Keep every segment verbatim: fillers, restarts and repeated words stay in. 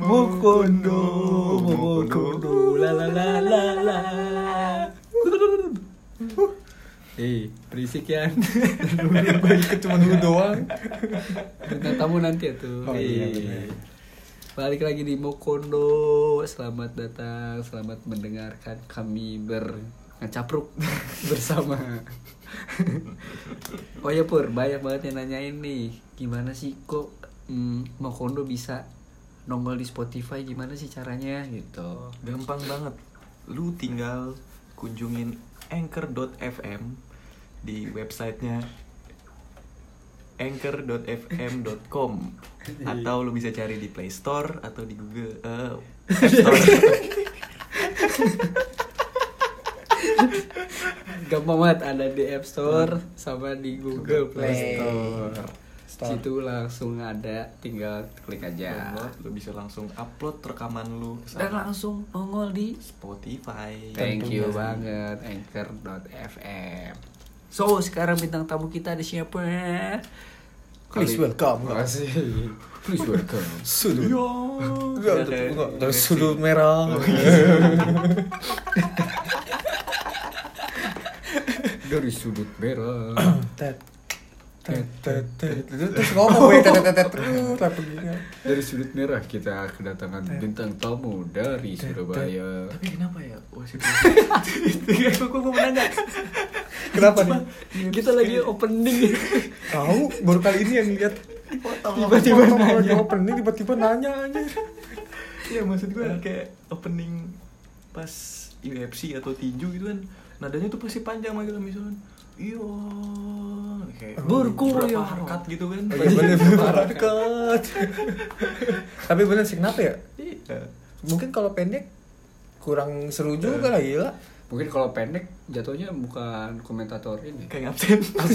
Mokondo, Mokondo, la la la la la. Eh, berisik ya. Gue ikut cuma dulu doang. Bintang tamu nanti ya tuh. Oh, iya, bener. Balik lagi di Mokondo. Selamat datang, selamat mendengarkan kami berngecapruk bersama. Oh ya Pur, banyak banget yang nanyain nih, gimana sih kok hmm, Mokondo bisa nongol di Spotify, gimana sih caranya gitu. Gampang banget. Lu tinggal kunjungin anchor dot f m di websitenya anchor dot f m dot com atau lu bisa cari di Play Store atau di Google uh, App Store. Gampang banget, ada di App Store sama di Google Play Store. Stop. Situ langsung ada, tinggal klik aja. Download, lu bisa langsung upload rekaman lu ke Dan sana. langsung nongol di Spotify. Thank you banget anchor dot f m. So, sekarang bintang tamu kita ada siapa? Please welcome. Makasih. Please welcome. Sudut. Yo. Enggak, enggak, dari sudut merah. Dari sudut merah. Tet. Tet tet tet. Terus ngomong gue tet tet tet terus lah begini. Dari sudut merah kita kedatangan bintang tamu dari Surabaya. Tapi kenapa ya? Wah, sih. Aku kok mau nanya. Kenapa nih? Kita lagi opening. Tahu baru kali ini yang lihat Tiba-tiba kalau nanya. di opening tiba-tiba nanya aja. Iya, maksud gue kayak opening pas U F C atau tinju gitu kan, nadanya tuh pasti panjang gitu misalnya. Iya, kayak Bergoyang. berapa harkat gitu kan. Oh, iya bener bener dekat. Tapi bener sih kenapa ya? Iya. Mungkin kalau pendek kurang seru juga lah gila. Mungkin kalau pendek jatuhnya bukan komentator ini. Kayak ngabsen.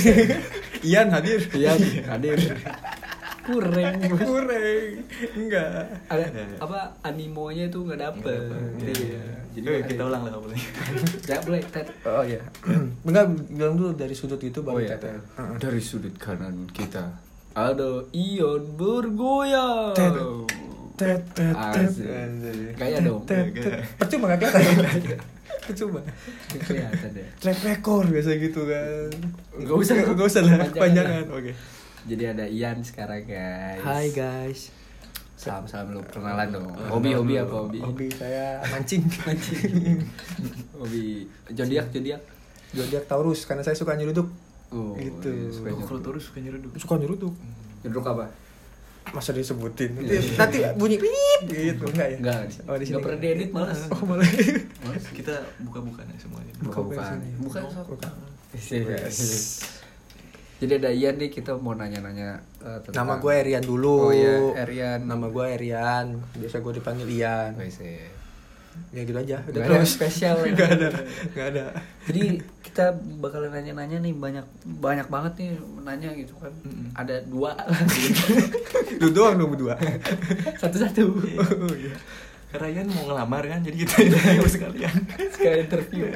Ian hadir. Iya, hadir. Kurang. Kurang. Enggak. Ada apa animonya itu nggak dapet. Nggak dapet. Iya. Jadi kita ulang lah boleh. Ya boleh, Ted. Oh iya. Enggak bilang dulu dari sudut itu Oh baru ya, Tet. dari sudut kanan kita ada Ion bergoyang. Tet. Tet tet tet. Asik. Gaya dong. Tet tet. Percuma enggak kelihatan. Percuma. Kelihatan deh. Track record biasa gitu kan. Nggak usah. Enggak usah lah, Panjangan. panjangan. Oke. Jadi ada Ian sekarang guys. Hai guys. Salam-salam lu perkenalan dong. Hobi-hobi apa hobi? Hobi saya mancing. Mancing. Hobi zodiak zodiak. Zodiak Taurus karena saya suka nyeruduk. Oh, Gitu. iya, suka Oh, kalau nyeruduk. terus suka nyeruduk. Suka nyeruduk. Nyeruduk apa? Masa disebutin. Nanti bunyi pip gitu enggak ya? Enggak. Oh, di sini. Enggak pernah diedit malas. Oh, malah. Kita buka-bukaan ya semuanya. Bukan. Bukan. Bukan. Bukan. Yes. Jadi ada Ian nih, kita mau nanya-nanya uh, tentang Nama gue Erian dulu. Oh iya, Erian. Nama gue Erian. Biasa gue dipanggil Ian. Oh, iya. Ya gitu aja. Udah Gak ada yang close. spesial. Gak ada. Gak ada. Jadi kita bakalan nanya-nanya nih, banyak banyak banget nih nanya gitu kan. Mm-mm. Ada dua. Lu doang dong berdua. Satu-satu. Oh iya. Ryan mau ngelamar kan, jadi kita interview sekalian. Sekali interview.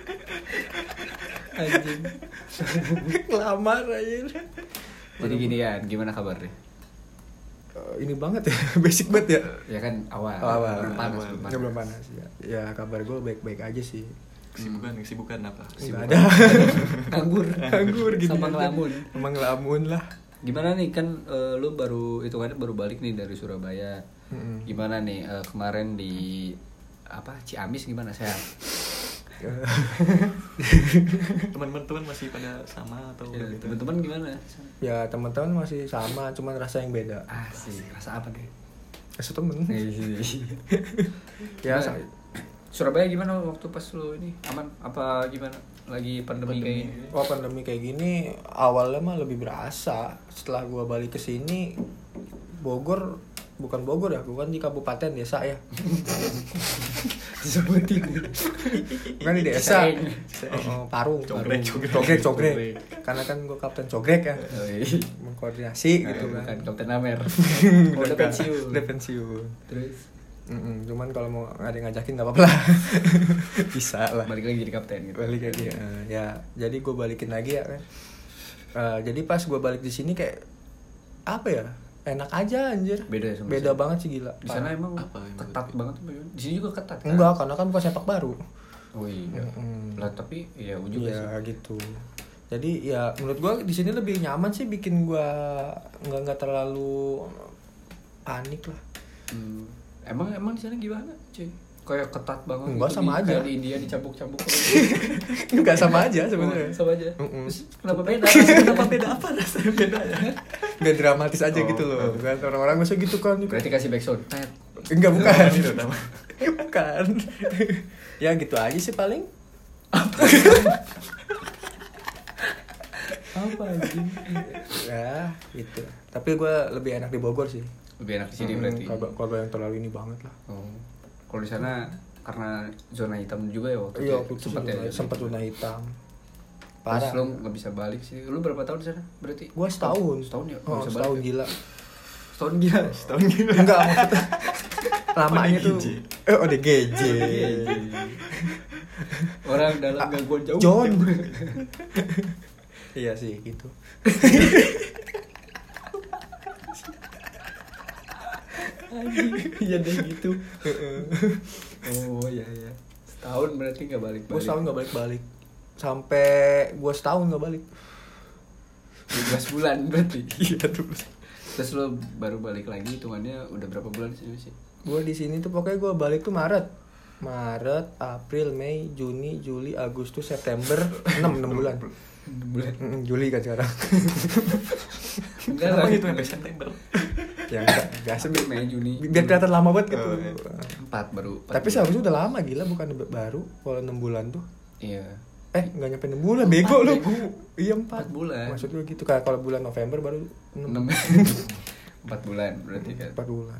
Anjing. Ngelamar aja. Jadi gini kan, gimana kabar nih? Uh, ini banget ya, basic banget ya. Ya kan awal. Oh, awal. Belum panas, Awal. belum Ya, panas. belum panas ya. Ya kabar gue baik-baik aja sih. Kesibukan, kesibukan apa? Enggak ada. Nganggur. Nganggur gini Sama aja. ngelamun. Emang ngelamun lah. Gimana nih kan uh, lu baru itu kan baru balik nih dari Surabaya. Mm-mm. Gimana nih uh, kemarin di apa Ciamis gimana sehat? Teman-teman masih pada sama atau Ya, berbeda? teman-teman gimana? Ya teman-teman masih sama, cuman rasa yang beda. Ah sih, rasa apa nih? Rasa temen. Ya, Ya, sa- Surabaya gimana waktu pas lu ini aman apa gimana? Lagi pandemi, Pandemi. kayak gini? Wah pandemi kayak gini awalnya mah lebih berasa. Setelah gua balik ke sini Bogor, bukan Bogor ya, gua kan di kabupaten desa ya. Disebutin. Kan di desa. Cisaeng. Oh, Parung. Cogrek, Parung. cogrek. Cogrek, cogrek. Karena kan gua kapten cogrek ya. Oh, iya. Mengkoordinasi gitu Bukan kan. Kapten Amer. Oh, udah Udah pensiun. Udah pensiun. Terus Mm-mm, cuman kalau mau ada yang ngajakin nggak apa-apa lah. Bisa lah. balik lagi jadi kapten gitu. Balik lagi ya. Ya, jadi gue balikin lagi ya kan. Eh, jadi pas gue balik di sini kayak apa ya? enak aja anjir. Beda ya sama Beda sini? banget sih gila. Di sana emang Apa yang ketat berarti? banget apa gimana? Di sini juga ketat kan? Enggak, karena kan bukan sepak baru. Oh iya. Mm-mm. Lah tapi ya ujungnya Iya sih. gitu. Jadi ya menurut gua di sini lebih nyaman sih, bikin gua nggak nggak terlalu panik lah. Hmm. Emang emang di sana gimana, cuy? Kayak ketat banget. Enggak, gitu, sama di, aja. Kayak di India dicambuk-cambuk. Nggak sama aja sebenarnya. Oh, sama aja. Mm-mm. Terus kenapa beda? Kenapa beda apa rasanya beda ya? Nggak dramatis aja Oh, gitu loh. Kan orang-orang biasa gitu kan. Berarti kasih backsound. Tet. Enggak, bukan. Itu nama. Bukan. Ya gitu aja sih paling. Apa anjing? Ya gitu. Tapi gue lebih enak di Bogor sih. Lebih enak di sini Hmm, berarti. Kagak kagak yang terlalu ini banget lah. Oh. Kalau di sana karena zona hitam juga ya waktu Iya, itu. waktu itu Sempat ya. sempat zona hitam. Pas Parah. lu nggak bisa balik sih. Lu berapa tahun di sana berarti? Gue setahun. Setahun ya? Nggak Oh, bisa setahun balik ya? gila. Setahun gila. Setahun gila. Enggak maksudnya. Lamanya tuh. O D G J. Eh, O D G J. Orang dalam gangguan jauh. John. Iya sih gitu. Iya deh gitu. Oh iya iya. Setahun berarti nggak balik balik. Gue setahun nggak balik-balik. Sampai gue setahun nggak balik. dua belas bulan berarti. Iya tuh. Terus lo baru balik lagi hitungannya udah berapa bulan di sini sih? Gue di sini tuh pokoknya gue balik tuh Maret. Maret, April, Mei, Juni, Juli, Agustus, September, enam enam bulan. enam bulan. Mm, Juli kan sekarang. Enggak Kenapa lah gitu sampai September? Ya enggak, biasa bi- Mei Juni. biar kelihatan lama banget gitu. Oh, iya. empat baru. empat Tapi bulan. seharusnya udah lama gila, bukan baru kalau enam bulan tuh. Iya. Eh, enggak nyampe enam bulan, bego lu. bego. Iya empat Empat bulan. Maksud gue gitu, kayak kalau bulan November baru enam. enam. empat bulan berarti kan. empat bulan.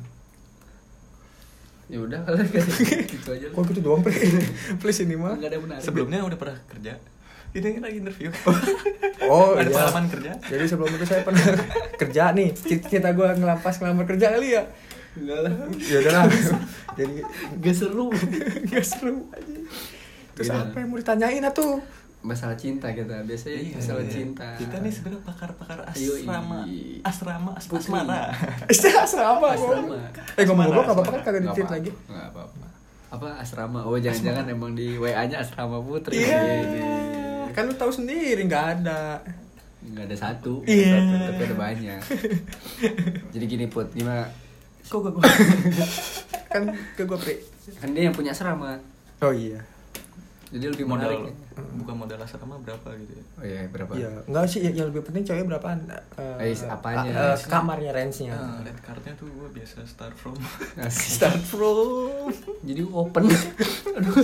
Ya udah kalau gitu aja. Kok gitu doang, please. Please ini mah. Enggak ada yang menarik. Sebelumnya udah pernah kerja? Ini lagi interview. Oh, Ada iya. pengalaman kerja? Jadi sebelum itu saya pernah kerja nih. Cerita gue ngelapas ngelamar kerja kali ya. Enggak lah. Ya udah lah. Jadi Gak seru. gak seru aja. Terus Gimana? apa yang mau ditanyain atuh? Masalah cinta kita biasanya Iya, masalah iya. cinta. Kita nih sebenarnya pakar-pakar Yoi. asrama, asrama, as- Putri. asmara. Asrama. Asrama. Eh ngomong-ngomong Asmara, apa apa kan kagak Nggak dicit apa- lagi. nggak apa-apa. Apa asrama? Oh jangan-jangan emang di W A-nya asrama putri. Iya. Ini. Kan lu tahu sendiri nggak ada. Nggak ada satu, Iya. satu, tapi ada banyak. Jadi gini Put, gimana? Kok gak gue? Kan ke gue pri. Kan dia yang punya asrama. Oh iya. Jadi lebih menarik. Modal, bukan modal asrama berapa gitu ya? Oh iya, berapa? Iya. Enggak sih, yang lebih penting cewek berapaan? Eh, Eh, apanya? eh, eh, kamarnya range-nya. Nah, red cardnya tuh gue biasa start from Asik. Start from. Jadi open. Aduh.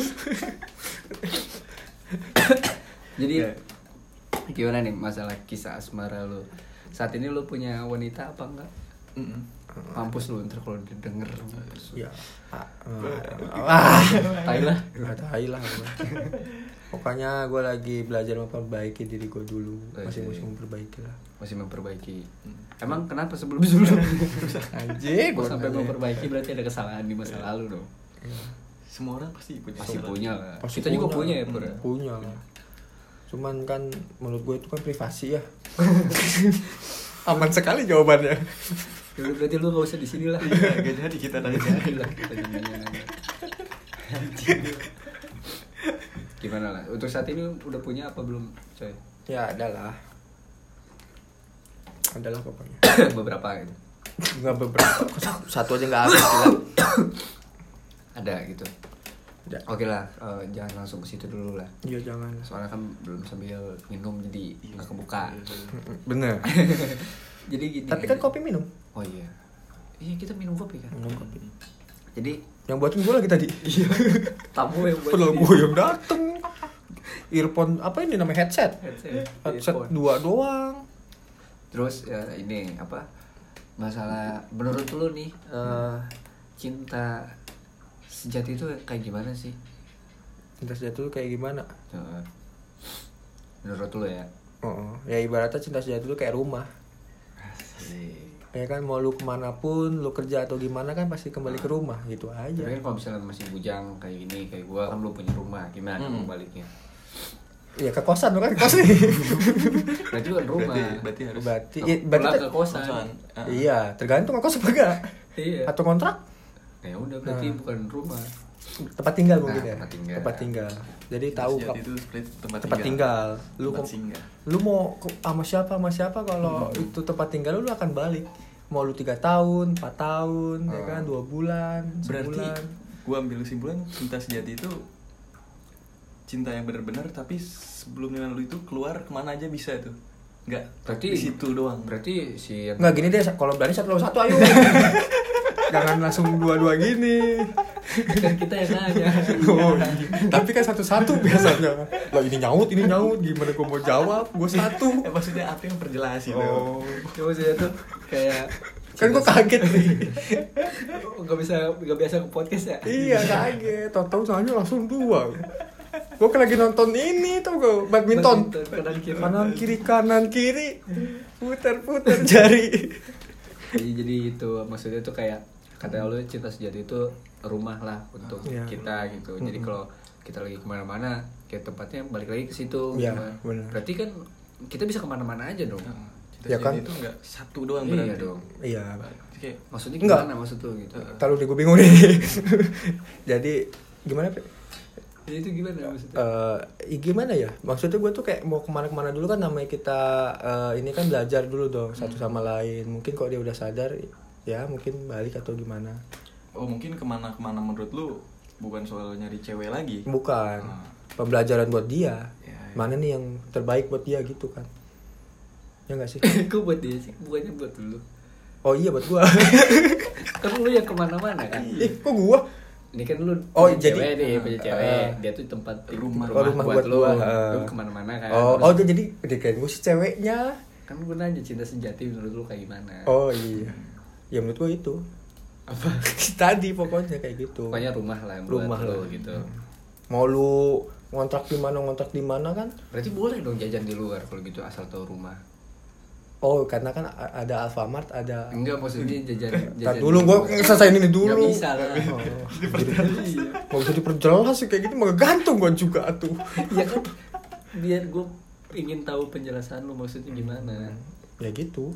Jadi Ya. gimana nih masalah kisah asmara lu? Saat ini lu punya wanita apa enggak? Mm-mm. Mampus lu ntar kalau didengar. Mampus. Ya. Ah. eh, Ah. Tai lah. Nggak tahu lah gua. Pokoknya gue lagi belajar memperbaiki diri gue dulu. Masih Oke. mesti memperbaiki lah. Masih memperbaiki. Hmm. Emang kenapa sebelum-sebelum? Anjing, Kok gua sampai nanya. memperbaiki berarti ada kesalahan di masa lalu dong. Semua orang pasti punya Pasti kesalahan. punya lah. Pasti Kita juga punya ya, Hmm, Pur. ya? Punya lah. Cuman kan menurut gue itu kan privasi ya. Aman sekali jawabannya. Ya udah, berarti lu gak usah di sini lah. Iya, gak jadi kita nanya. Jadi lah kita nanya-nanya. Anjing. Gimana lah? Untuk saat ini udah punya apa belum, coy? Ya adalah. Adalah pokoknya. Beberapa gitu. Enggak beberapa. Satu aja enggak ada gila. Ada gitu. Ada. Oke lah, eh, jangan langsung ke situ dulu lah. Iya jangan. Soalnya kan belum sambil minum jadi nggak kebuka. Bener. Jadi gini. Tapi kan kopi minum. Oh iya. Iya kita minum kopi kan. Minum kopi. Jadi Yang buatin gue lagi tadi. iya. Tamu yang buat Padahal ini. gue yang dateng. Earphone apa ini namanya headset? Headset. Headset Earphone. dua doang. Terus ya ini apa? Masalah menurut lu nih eh, cinta sejati itu kayak gimana sih? Cinta sejati itu kayak gimana? Eh, Menurut lu ya? Oh, ya ibaratnya cinta sejati itu kayak rumah. Ya kan mau lu kemanapun, lu kerja atau gimana kan pasti kembali ke rumah gitu aja. Tapi kan kalau misalnya masih bujang kayak gini, kayak gua kan belum punya rumah, gimana Hmm. mau baliknya? Ya ke kosan kan kos nih. Berarti bukan rumah. Berarti, berarti harus Berarti Pulang ya, berarti ke ter- kosan. kosan. Ah. iya, tergantung ngekos apa enggak. Iya. Atau kontrak, Ya udah berarti Nah. bukan rumah. tempat tinggal Nah, mungkin ya. tempat tinggal. Tempat tinggal. Jadi tahu Sejati kok itu split tempat, tempat tinggal. Lu Tempat kok- singgah. lu mau ke- sama siapa sama siapa kalau Hmm. itu tempat tinggal lu, lu akan balik. Mau lu tiga tahun, empat tahun, ya Hmm. kan, dua bulan, Berarti sebulan. gua ambil kesimpulan cinta sejati itu cinta yang benar-benar, tapi sebelumnya lu itu keluar kemana aja bisa tuh. Enggak, Berarti di situ doang. Berarti si yang Nggak gini deh, kalau berani satu lawan satu ayo. Jangan langsung dua-dua gini. kan kita yang nanya. Oh, iya. Tapi kan satu-satu biasanya. Lah ini nyaut, ini nyaut, gimana gue mau jawab? Gue satu. Eh, maksudnya apa yang perjelas itu? Oh. Coba saya tuh kayak Kan gue kaget nih. Gak bisa gak biasa ke podcast ya. Iya kaget. Tahu-tahu soalnya langsung dua. Gue kan lagi nonton ini tau gue, badminton. Kanan kiri. Kanan kiri kanan kiri. Putar-putar jari. Jadi, jadi itu maksudnya tuh kayak kata lu cinta sejati itu rumah lah untuk Iya. kita gitu. Jadi Mm-mm. kalau kita lagi kemana-mana, kayak tempatnya balik lagi ke situ. Iya, Gimana? benar. Berarti kan kita bisa kemana-mana aja dong. Nah, cinta Ya kan? sejati itu enggak satu doang Iya berarti. dong. Iya. Kayak Maksudnya Enggak. gimana maksud tuh gitu? Taruh deh gue bingung nih. Jadi gimana Pe? Jadi itu gimana maksudnya? Eh, ya gimana ya? Maksudnya gue tuh kayak mau kemana-kemana dulu kan, namanya kita eh, ini kan belajar dulu dong satu sama lain. Mungkin kalau dia udah sadar, ya mungkin balik atau gimana. oh mungkin kemana-kemana menurut lu bukan soal nyari cewek lagi. Bukan. Ah. Pembelajaran buat dia. Ya, ya. Mana nih yang terbaik buat dia gitu kan? Ya nggak sih? Kok buat dia sih? Bukannya buat dulu. Oh iya buat gua. Kan lu yang kemana-mana kan? Ih, kok gua? Ini kan lu Oh, punya jadi- cewek nih, punya cewek. Ah. Dia tuh tempat Rumah. Oh, rumah buat lu. gua. Lu Ah. kemana-mana kan? Oh, Terus oh jadi dia kan gua si ceweknya. kan gue nanya cinta sejati menurut lu kayak gimana? Oh iya. Ya menurut gua itu. Apa? Tadi pokoknya kayak gitu. Pokoknya rumah lah yang Rumah buat lu lah. gitu. Mau lu ngontrak di mana ngontrak di mana kan? Berarti boleh dong jajan di luar kalau gitu asal tahu rumah. Oh, karena kan a- ada Alfamart, ada. Enggak maksudnya jajan Ntar jajan. dulu di gua luar. ngelesain ini dulu. Nggak bisa lah. Oh, jadi mau bisa diperjelas sih kayak gitu, mah gantung gua juga tuh. Ya kan biar gue ingin tahu penjelasan lu maksudnya gimana. Ya gitu.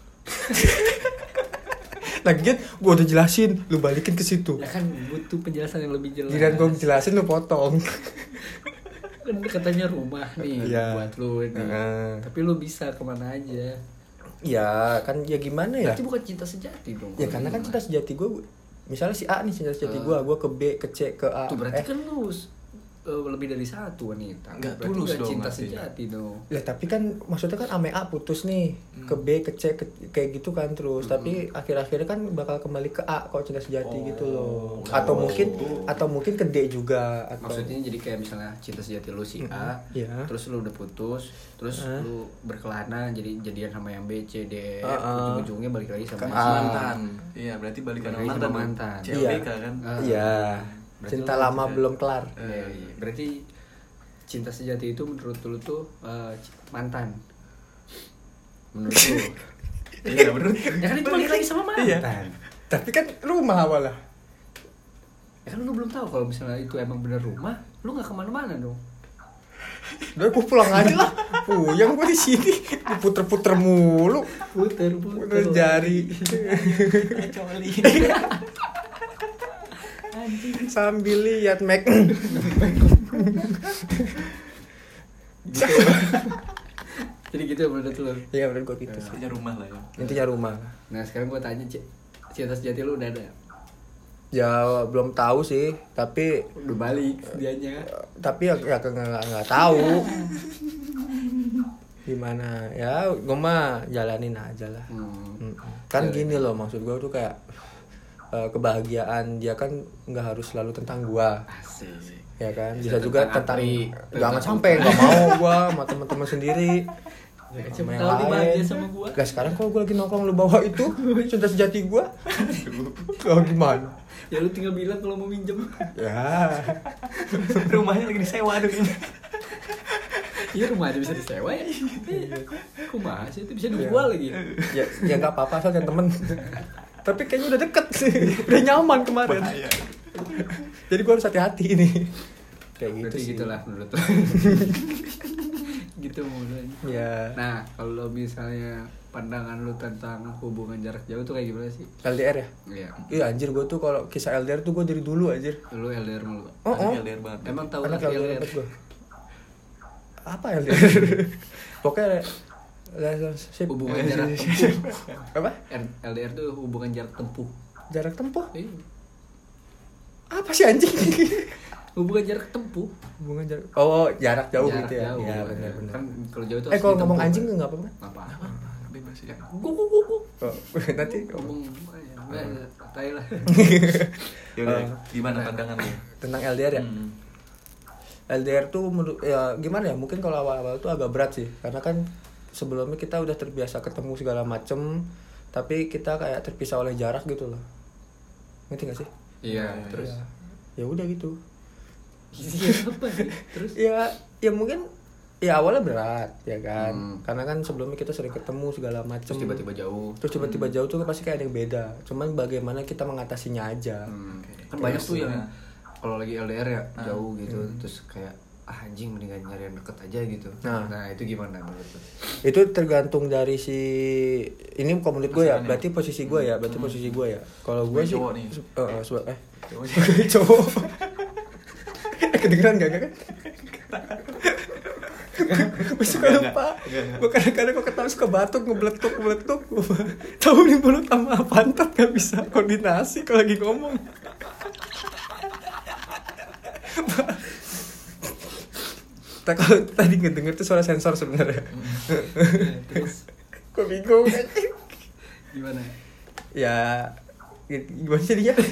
Lagian gua udah jelasin, lu balikin ke situ. Ya kan butuh penjelasan yang lebih jelas. Giliran gua jelasin lu potong. Kan katanya rumah nih Iya. buat lu nih. Heeh. Tapi lu bisa kemana aja. Ya kan ya gimana ya? Berarti bukan cinta sejati dong. Ya kalau karena kan rumah. cinta sejati gua, misalnya si A nih cinta sejati Ah. gua, gua ke B, ke C, ke A. Tuh berarti Eh, kan lu uh, lebih dari satu wanita. Nggak Berarti tulus nggak dong cinta artinya. sejati dong. lah tapi kan maksudnya kan ame A putus nih, Hmm. ke B, ke C, ke, kayak gitu kan terus. Tapi akhir-akhirnya kan bakal kembali ke A kalau cinta sejati Oh. gitu loh. Atau Oh. mungkin atau mungkin ke D juga atau Maksudnya jadi kayak misalnya cinta sejati lu si A, Iya. terus lu udah putus, terus Ah. lu berkelana jadi jadian sama yang B, C, D, E, Ah, F, ah. ujung-ujungnya balik lagi sama Ke si A. mantan. Iya, berarti balikan Balik sama lagi mantan. sama dong. mantan. C L B K kan? Ah. Iya. Berarti Cinta lu lama cinta- belum kelar. Iya, iya. Berarti cinta sejati itu menurut lu tuh uh, c- mantan. Menurut lu. Iya, menurut. Ya kan itu balik lagi sama mantan. Iya. Tapi kan rumah awalnya. Ya kan lu belum tahu kalau misalnya itu emang bener rumah, lu nggak kemana-mana dong. Udah gue pulang aja lah. Puyeng gue di sini. Gua puter-puter mulu. Puter, Puter jari. Coli. Sambil lihat Mac. Gitu. Jadi gitu menurut lu. Iya bener gue gitu. Intinya rumah lah ya. Intinya rumah. Nah sekarang gua tanya C- cinta sejati lu udah ada? Ya belum tahu sih, tapi Udah balik dianya. tapi ya ya nggak nggak nggak tahu gimana ya, gue mah jalanin aja lah. Hmm. Mm. Kan gini loh maksud gue tuh kayak eh, kebahagiaan dia kan nggak harus selalu tentang gua, Asik. ya kan Bisa bisa juga tentang tentang Apri, jangan tentang sampai nggak mau gua sama teman-teman sendiri. Ya, Sama siapa yang tahu dia lain. bahagia sama gua. Gak sekarang kalau gue lagi nongkrong lu bawa itu cinta sejati gue, oh gimana? Ya lu tinggal bilang kalau mau minjem. Ya, Rumahnya lagi disewa aduh ini. Iya rumah aja bisa disewa ya. Kok masih itu bisa dijual lagi. ya, ya nggak apa-apa asal jangan temen. Tapi kayaknya udah deket sih, udah nyaman kemarin. Bahaya. Jadi gue harus hati-hati ini. kayak gitu Berarti sih. gitulah menurut lo. Gitu mulai. Ya. Nah, kalau misalnya pandangan lu tentang hubungan jarak jauh tuh kayak gimana sih? L D R ya? Iya. Iya anjir gue tuh kalau kisah L D R tuh gue dari dulu anjir. Lu L D R mulu. Oh, oh. Anaknya L D R banget. Emang tahu Anak lagi L D R L D R? banget gue. Apa L D R? Pokoknya relationship. Hubungan jarak tempuh. Apa? L D R tuh hubungan jarak tempuh. Jarak tempuh? Iya. Apa sih anjing? Hubungan jarak tempuh. Hubungan jarak. Oh, jarak jauh Jarak gitu ya. jauh. Iya, benar benar. Kan kalau jauh tuh Eh harus kalau ngomong ditempuh, anjing kan? enggak apa-apa? Apa? Bebas ya. Guk guk guk guk. Oh, nanti Ngomong enggak tai lah. Ya udah, Eh, gimana pandangan lu? tentang L D R ya. Hmm. L D R tuh menurut ya gimana ya? Mungkin kalau awal-awal tuh agak berat sih. Karena kan sebelumnya kita udah terbiasa ketemu segala macem, tapi kita kayak terpisah oleh jarak gitu loh. Ngerti gak sih? Iya, terus Ya, ya udah gitu. iya apa sih? Terus Ya, ya mungkin ya awalnya berat ya kan. Hmm. Karena kan sebelumnya kita sering ketemu segala macem. terus tiba-tiba jauh. Terus tiba-tiba jauh tuh pasti kayak ada yang beda. Cuman bagaimana kita mengatasinya aja. Hmm. Kan Kayak banyak tuh yang maksudnya. kalau lagi L D R ya Ah. jauh gitu terus kayak ah, anjing mendingan nyari yang deket aja gitu. Nah. Nah, itu gimana menurut lu? Itu tergantung dari si ini kalau menurut gue ya, Pasangannya. berarti posisi gue ya, berarti posisi gue ya. Kalau gue Sebagai sih cowok nih. se- eh, eh, seba- eh Cowok sih. sebagai cowok. Eh, kedengeran gak kan? Gue suka Enggak, lupa. enggak, enggak. Gue kadang-kadang kok ketawa suka batuk, ngebeletuk, ngebeletuk. Tahu nih mulut sama pantat gak bisa koordinasi kalau lagi ngomong. Tak kalau tadi ngedenger tuh suara sensor sebenarnya. Terus Gue bingung. gimana? Ya gimana sih dia?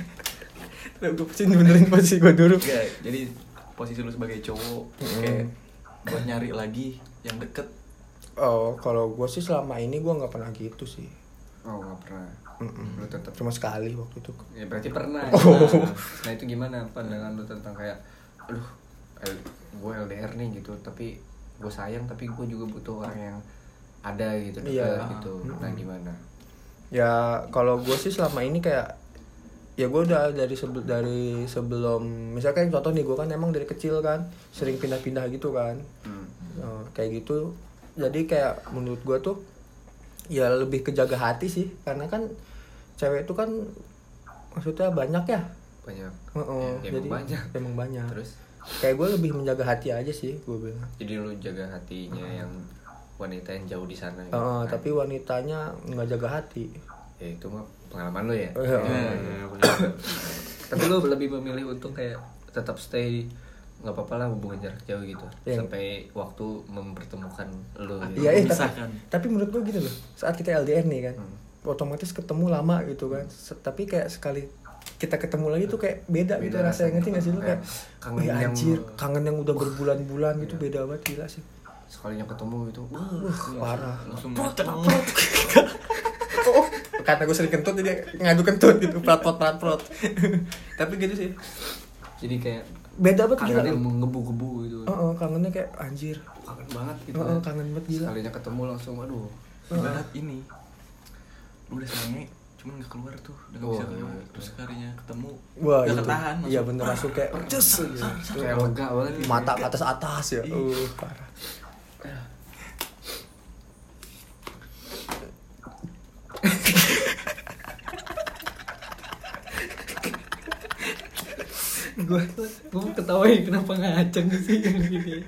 Lah gue pasti benerin posisi gue dulu. Enggak, jadi posisi lu sebagai cowok kayak buat nyari lagi yang deket. Oh, kalau gue sih selama ini gue nggak pernah gitu sih. Oh, nggak pernah. Mm-mm. Lu tetap Cuma sekali waktu itu. ya berarti pernah. Oh. Nah, nah, itu gimana pandangan lu tentang kayak aduh, L- gue L D R nih gitu, tapi gue sayang tapi gue juga butuh orang yang ada gitu dekat Iya. gitu. Nah, gimana? Ya kalau gue sih selama ini kayak ya gue udah dari sebel, dari sebelum misalkan contoh nih gue kan emang dari kecil kan sering pindah-pindah gitu kan. Hmm. Nah, kayak gitu. Jadi kayak menurut gue tuh ya lebih ke jaga hati sih karena kan cewek itu kan maksudnya banyak ya. Banyak. Heeh, Ya, jadi emang banyak. emang banyak. Terus Kayak gue lebih menjaga hati aja sih gue bilang. jadi lu jaga hatinya yang wanita yang jauh di sana gitu. Heeh, Nah, tapi wanitanya nggak jaga hati. ya itu mah pengalaman lu ya. Iya. Ya, bener. Tapi lu lebih memilih untuk kayak tetap stay nggak apa-apa lah hubungan jarak jauh gitu Iya. sampai waktu mempertemukan lu gitu. Iya, eh, tapi, Memisahkan. tapi menurut gue gini loh, saat kita L D R nih kan, Hmm. otomatis ketemu lama gitu kan. Se- tapi kayak sekali kita ketemu lagi tuh kayak beda, gitu Beda rasanya, ngerti gak sih lu kayak kayak kangen wih, yang- anjir, kangen yang udah berbulan-bulan gitu Iya. beda banget gila sih. Sekalinya ketemu gitu wah, Wah, parah. Langsung Prot, ngaceng. prot, prot. Oh, karena gue sering kentut jadi ngadu kentut gitu, prat prot prat prot. Tapi gitu sih. jadi kayak Beda banget kangen gila. yang menggebu-gebu gitu. Heeh, kangennya kayak anjir. Kangen banget gitu. Heeh, kan. kangen banget gila. Sekalinya ketemu langsung aduh. Ibarat ini. Lu udah sange, cuman gak keluar tuh, udah gak Oh, bisa iya, keluar. iya. Terus sekalinya ketemu, Wah, gak itu. ketahan. Iya bener langsung kayak cus. Kayak lega banget gitu. Mata ke atas atas ya. Iya. Uh, parah. Gue gue ketawain kenapa ngaceng sih yang gini.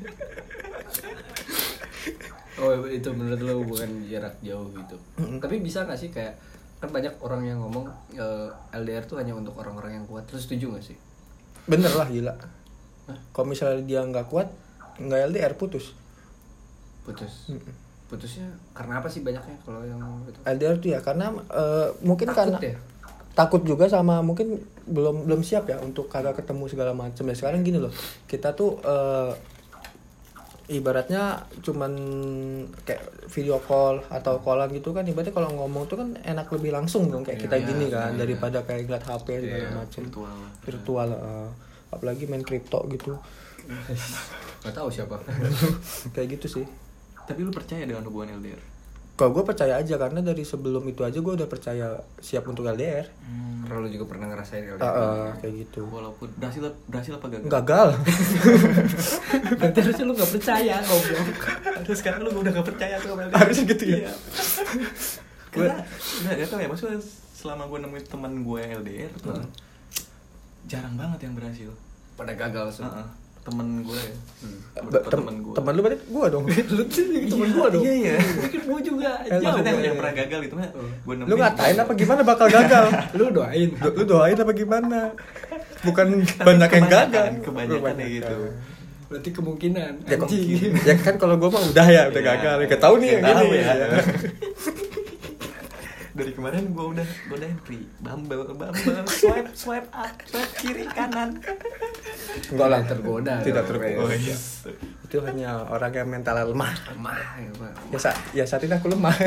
Oh itu menurut lo bukan jarak jauh gitu. Tapi bisa gak sih kayak kan banyak orang yang ngomong eh, L D R tuh hanya untuk orang-orang yang kuat. Terus setuju gak sih? Bener lah gila. Hah? Kalau misalnya dia nggak kuat, nggak L D R putus. Putus. Putusnya karena apa sih banyaknya kalau yang itu? L D R tuh ya karena eh, mungkin Takut karena ya? takut juga sama mungkin belum belum siap ya untuk kagak ketemu segala macam ya. Sekarang gini loh, kita tuh eh, ibaratnya cuman kayak video call atau callan gitu kan, ibaratnya kalau ngomong tuh kan enak lebih langsung dong kayak Iya, kita iya, gini iya, kan iya. daripada kayak ngeliat H P segala Iya, macam virtual. virtual eh. Apalagi main kripto gitu. Gak tahu siapa. Kayak gitu sih. Tapi lu percaya dengan hubungan L D R? Kalau gue percaya aja karena dari sebelum itu aja gue udah percaya siap untuk L D R. Hmm. Karena lu juga pernah ngerasain L D R. Uh, uh, kayak gitu. Walaupun berhasil berhasil apa gagal? Gagal. Berarti harusnya lu gak percaya goblok. Terus sekarang lu udah gak percaya tuh sama L D R. Harusnya gitu ya? Iya. Karena nggak gak tau ya, maksudnya selama gue nemuin teman gue yang L D R tuh Hmm. jarang banget yang berhasil. Pada gagal semua. Uh-uh. Temen gue ya. Hmm. Ba- tem- temen gue. Temen lu berarti gue dong. Lu sih temen gua dong. Iya iya. Mungkin gua juga. Maksudnya Jauh. yang pernah gagal itu mah gue nemuin. Lu ngatain apa gimana bakal gagal? Lu doain. Du- Lu doain apa gimana? Bukan Tapi banyak yang kebanyakan, gagal. kebanyakan ya gitu. Berarti kemungkinan. Ya, kok- Anjing. ya kan kalau gue mah udah ya, udah Iya. gagal. Gak tahu nih yang Nggak tahu gini ya. ya. Dari kemarin gue udah godain free Bumble, Bumble, swipe, swipe up, swipe kiri kanan. Enggak lah, Tergoda. Tidak dong, tergoda. Wes. Oh iya. Itu hanya orang yang mentalnya lemah. Lemah ya, Pak. Ya, sa ya saat ini aku lemah.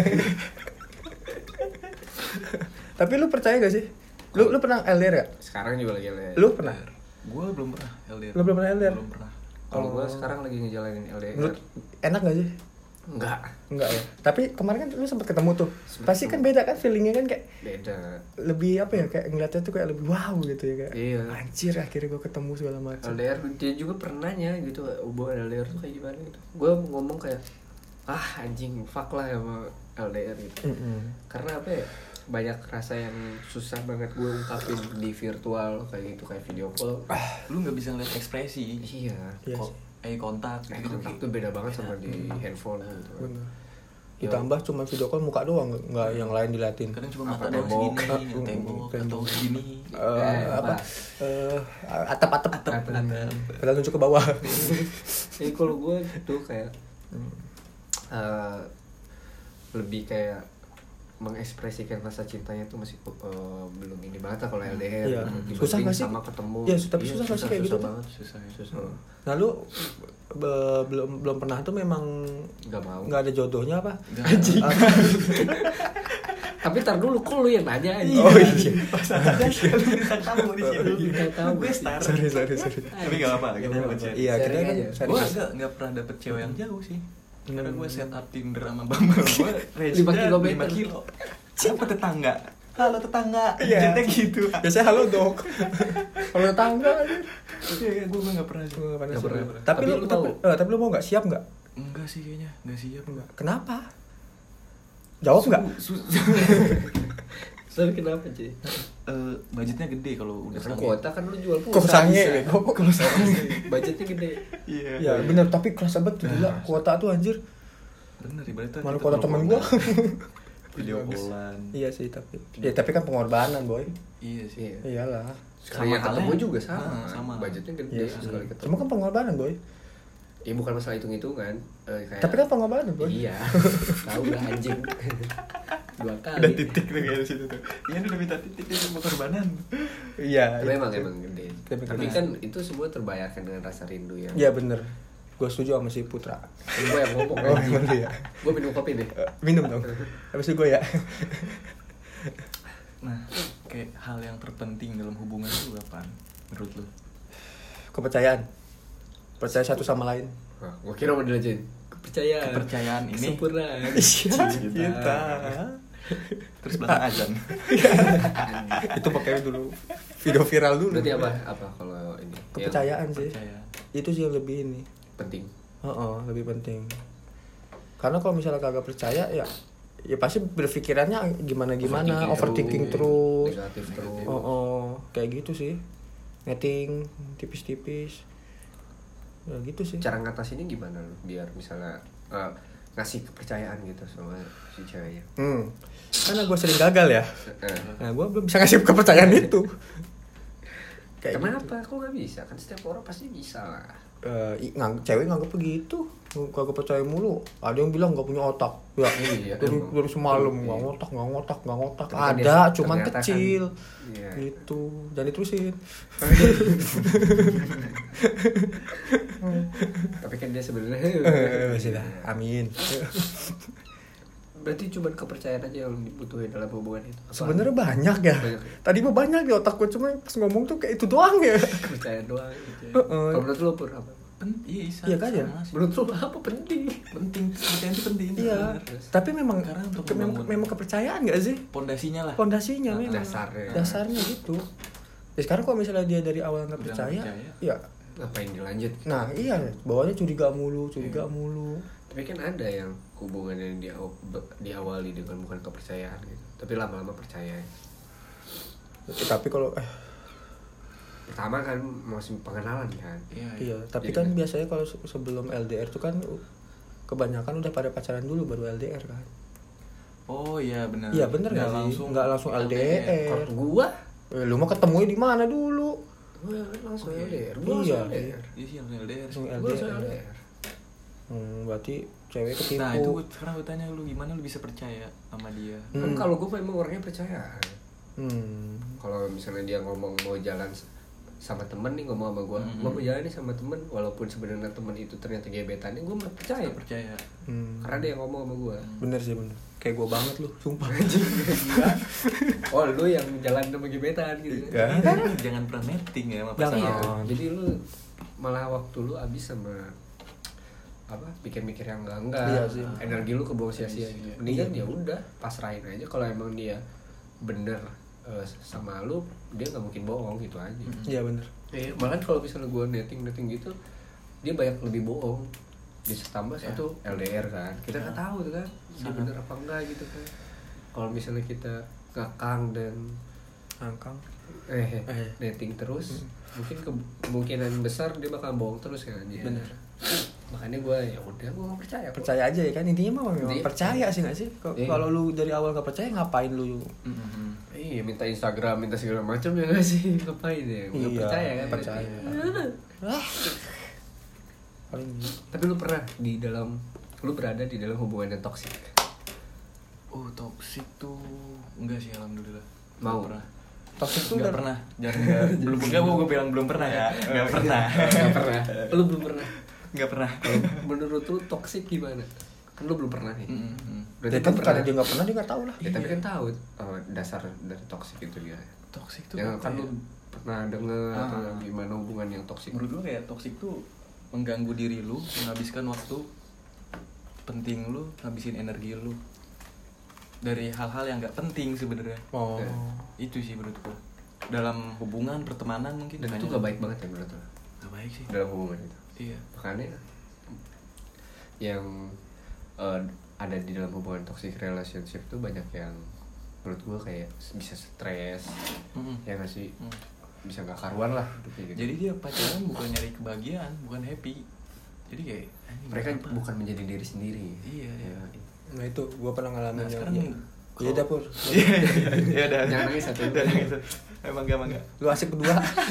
Tapi lu percaya gak sih? Lu lu pernah L D R gak? Sekarang juga lagi L D R. Lu pernah? Gue belum pernah L D R. Lu belum pernah L D R? Belum pernah. Kalau gua Oh. sekarang lagi ngejalanin L D R. Menurut enak gak sih? Enggak. Enggak ya. Tapi kemarin kan lu sempat ketemu tuh. Sempet Pasti kan ketemu. beda kan feelingnya kan kayak Beda. lebih apa ya, kayak ngeliatnya tuh kayak lebih wow gitu ya kayak. Iya. Anjir akhirnya gue ketemu segala macam. L D R dia juga pernahnya gitu, hubungan L D R tuh kayak gimana gitu. Gue ngomong kayak ah anjing fuck lah sama L D R gitu. Mm-mm. Karena apa ya, banyak rasa yang susah banget gue ungkapin di virtual kayak gitu, kayak video call. Lu nggak bisa ngeliat ekspresi. Iya. Iya Kok eye contact Eye gitu. contact tuh beda banget sama di handphone gitu. Bener. Yo. Ditambah cuma video call muka doang, nggak yang lain diliatin. Kadang cuma Apa, mata doang tembok? segini, Ah, tembok mm, atau tembok. segini. Eh, Eh, apa? apa? Eh, atap-atap. Atap, atap. Padahal nunjuk ke bawah. Jadi kalau gue tuh kayak eh, lebih kayak mengekspresikan rasa cintanya tuh masih eh, belum ini banget lah kalau L D R. Iya. Dibanding Susah nggak sih? sama ketemu. Iya, tapi susah nggak sih kayak gitu tuh? banget. Susah ya. Susah. Nah lu be- belum belum pernah tuh memang Gak mau. nggak ada jodohnya apa? Anjing. Tapi tar dulu kok lu yang nanya aja. Oh iya. Pas ada lu bintang tamu di sini. Bintang tamu. Gue star. Sorry sorry sorry. Tapi gak apa-apa, kita Nggak dapat apa-apa. cewek. Iya, kita Sharing kan aja. sharing. Gue gak, gak pernah dapet cewek yang jauh sih. Karena Hmm. gue set up Tinder sama Bumble. Gue Lima kilometer. lima kilo. Siapa tetangga? Halo tetangga. Iya. Chatnya gitu. Biasanya halo dok. Kalau tetangga aja. Iya, gue gak pernah sih. Gua nggak pernah Nggak sih. pernah. Tapi, Tapi lu lu tapi, tahu? eh, tapi lu mau nggak siap nggak? Enggak sih kayaknya, enggak siap. Nggak. Kenapa? Jawab nggak? Su- su- Tapi kenapa sih? Eh, budgetnya gede kalau udah Kan sange. kuota kan lu jual Kok pulsa sange, bisa. bego? Kok sange? Budgetnya gede. Iya. Ya bener, tapi kerasa banget tuh gila kuota tuh anjir. Bener ibaratnya. Mana kita kuota temen teleponan, gua. Video callan. Iya sih tapi. Ya tapi kan pengorbanan boy. Iya sih. Iya. Iyalah. Sekali yang ketemu halnya. juga sama. Ah, sama. Budgetnya gede Iya. sekali ketemu. Cuma kan pengorbanan boy. Ya bukan masalah hitung-hitungan. Eh, kayak Tapi kan pengorbanan boy. Iya. Tahu udah anjing. Dua kali. Udah titik tuh kayak di situ tuh. Iya udah minta titik itu pengorbanan. Iya. Tapi emang itu. emang gede. Tapi Tapi karena- kan itu semua terbayarkan dengan rasa rindu yang. Iya bener. Gue setuju sama si Putra. Gue yang ngomong. Oh gimana ya? Gue minum kopi deh. Eh, minum dong. Habis itu gue ya. Nah, kayak hal yang terpenting dalam hubungan itu apaan menurut lu? Kepercayaan. Percaya satu sama lain. Wah, gue kira mau dilanjutin. Kepercayaan. Kepercayaan ini Kesempurnaan. Cinta. terus belakang azan. Itu pakai dulu video viral dulu. Berarti apa? Apa kalau ini? Kepercayaan sih. Percaya. Itu sih yang lebih ini. Yang penting. Heeh, lebih penting. Karena kalau misalnya kagak percaya ya ya pasti berpikirannya gimana gimana, overthinking terus. Negatif terus. Oh, oh, kayak gitu sih. Netting tipis-tipis. Ya gitu sih. Cara ngatasinnya gimana lu? Biar misalnya eh, ngasih kepercayaan gitu sama si ceweknya. Hmm. Karena gue sering gagal ya. Eh, Nah, gue belum bisa ngasih kepercayaan itu. Kayak Kenapa? Kok gak bisa? Kan setiap orang pasti bisa lah. Gitu. Eh, i- ngang, cewek nganggep begitu. Kagak percaya mulu. Ada yang bilang nggak punya otak. Ya, Iya, dari, emang. dari semalam Iya. nggak ngotak, nggak ngotak, nggak ngotak. Tapi kan Ada, dia- cuman ternyata kan- kecil. Iya. Gitu. Jangan diterusin. Tapi kan dia sebenarnya. Eh, masih dah. Amin. Berarti cuma kepercayaan aja yang dibutuhin dalam hubungan itu. Apa? Sebenarnya banyak ya. Banyak. Tadi mah banyak di otak gue, cuma pas ngomong tuh kayak itu doang ya. Kepercayaan doang gitu. Ya. Heeh. Kalau menurut lu Pur apa? Pen- iya, isa, Iya kan ya? sama sih. Menurut lu apa penting? Penting, kepercayaan itu penting. Iya. bener. Tapi memang Karena untuk ke- memang, membangun- memang kepercayaan nggak sih? Pondasinya lah. Pondasinya Nah, memang. dasarnya. Dasarnya gitu. Ya sekarang kalau misalnya dia dari awal nggak Udah percaya, nggak percaya. ya. Ngapain dilanjut? Nah iya, bawahnya curiga mulu, curiga mulu. Tapi kan ada yang hubungannya di diawali dengan bukan kepercayaan gitu. Tapi lama-lama percaya. Ya, tapi kalau eh Pertama kan masih pengenalan kan. Iya, iya, tapi Jadi kan kan- biasanya kalau se- sebelum L D R tuh kan uh, kebanyakan udah pada pacaran dulu baru L D R kan. Oh iya benar. Iya bener Nggak nggak sih? Nggak langsung L D R. Kalau gua, Eh, lu mah ketemunya di mana dulu? gua langsung Oke. L D R. Gua Iya, langsung L D R. Iya sih langsung L D R. Langsung Gua langsung L D R. L D R. Hmm, berarti cewek ketipu. Nah itu gua- sekarang gue tanya lu gimana lu bisa percaya sama dia? Kan Hmm. kalau gua memang orangnya percaya. Hmm. Kalau misalnya dia ngomong mau jalan s- sama temen nih, ngomong sama gua, Mhm. gua mau jalan nih sama temen, walaupun sebenarnya temen itu ternyata gebetannya, gua mah percaya. Nggak percaya. Hmm. Karena dia yang ngomong sama gua. Bener sih bener. Kayak gue banget lu, sumpah. Gila. Oh lu yang jalan sama gebetan gitu Ya. kan? Jangan pernah netting ya sama Jangan. Iya. pasangan. Jadi lu malah waktu lu habis sama apa pikir-mikir yang enggak enggak Iya sih. energi lu kebuang sia-sia gitu. Mendingan Iya. ya udah pasrahin aja kalau emang dia bener eh, sama lu, dia nggak mungkin bohong gitu aja. Iya bener. Eh, malah kalau misalnya gue netting netting gitu, dia banyak lebih bohong. Ditambah Ya. satu L D R kan, kita nggak Ya. tahu tuh kan dia Sangat. bener apa enggak gitu kan. Kalau misalnya kita ngakang dan Angkang. eh, Eh. netting terus, mungkin ke- kemungkinan besar dia bakal bohong terus kan. Jadi, Bener. makanya gue ya udah gue nggak percaya. kok. Percaya aja ya kan, intinya mah memang Intinya- percaya sih nggak sih? Kalau Iya. kalau lu dari awal nggak percaya ngapain lu? Mhm. Iya, minta Instagram, minta segala macam ya nggak sih, ngapain ya? Nggak Iya, percaya kan? percaya. Ah. Paling gitu. Tapi lu pernah di dalam, lu berada di dalam hubungan yang toksik? Oh toxic tuh enggak sih alhamdulillah. Mau? Nggak pernah. Toxic tuh Enggak udah- pernah. Jangan enggak belum enggak gua gua bilang belum pernah ya. Enggak pernah. Nggak pernah. Lu belum pernah. Enggak pernah. Kalau menurut lu toksik gimana? Kan lu belum pernah nih. Mhm. Ya lu kan pernah. karena dia nggak pernah dia nggak tahu lah. Ya, tapi Iya. kan tahu oh, dasar dari toksik itu dia. Toxic tuh Yang apa kan ya? lu pernah denger atau Ah. gimana hubungan yang toksik? Menurut gua kayak toxic tuh mengganggu diri lu, menghabiskan waktu penting lu, ngabisin energi lu dari hal-hal yang nggak penting sebenarnya. Oh. Ya. Itu sih menurut gua. Dalam hubungan, pertemanan mungkin Dan itu banyak. gak baik banget ya menurut lu Nggak baik sih. dalam hubungan itu. Iya. Makanya yang eh, ada di dalam hubungan toxic relationship tuh banyak yang menurut gua kayak bisa stres, Mhm. ya nggak sih, Hmm. bisa nggak karuan lah gitu. Jadi dia pacaran bukan nyari kebahagiaan, bukan happy. Jadi kayak anjing, mereka apa? bukan menjadi diri sendiri. Iya, iya. Nah itu gue pernah ngalamin Nah, yang sekarang ya. kalau- Ya dapur. Iya, iya, iya, udah. Jangan nangis satu. Udah nangis. Emang gak, emang gak. Lu asik berdua.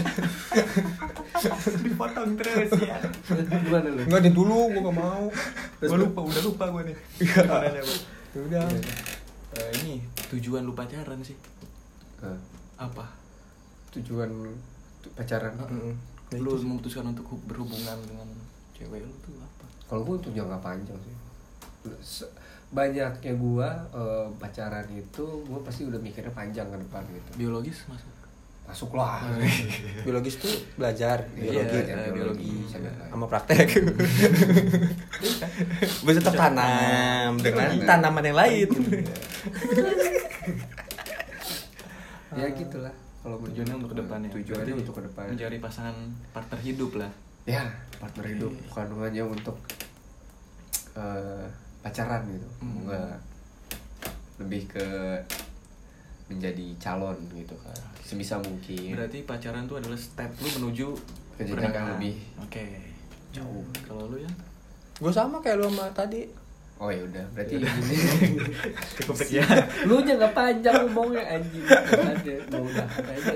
Dipotong terus ya. Gimana lu? Enggak dia dulu, gue nggak mau. Gue lupa, udah lupa gue nih. Iya. Nanya, Bang. Ya udah. Eh, ini tujuan lu pacaran sih Eh, apa? tujuan tu- pacaran. Mm-mm. Nah, Lu itu sih. memutuskan untuk hu- berhubungan dengan cewek lu tuh apa? Kalau gue tuh jangka panjang sih. Se- Banyaknya gue eh, pacaran itu gue pasti udah mikirnya panjang ke depan gitu. Biologis masuk. Masuk lah. Biologis tuh belajar Iya, biologi belajar eh, biologi, biologi. sama sama praktek. Bercocok tanam dengan Iya. tanaman yang lain. Ya gitulah. Kalau mau Tujuannya untuk kedepannya. Tujuannya Berarti untuk ke depan. Mencari pasangan partner hidup lah. Ya, partner hidup bukan hanya untuk eh, pacaran gitu. Hmm. Enggak. Lebih ke menjadi calon gitu kan. Sebisa mungkin. Berarti pacaran tuh adalah step lu menuju Ke jenjang yang lebih Oke. jauh. Kalau lu ya? Gue sama kayak lu sama tadi. Oh ya udah, berarti Cukup sekian. lu aja nggak panjang ngomongnya anjing. Ada, mau udah aja.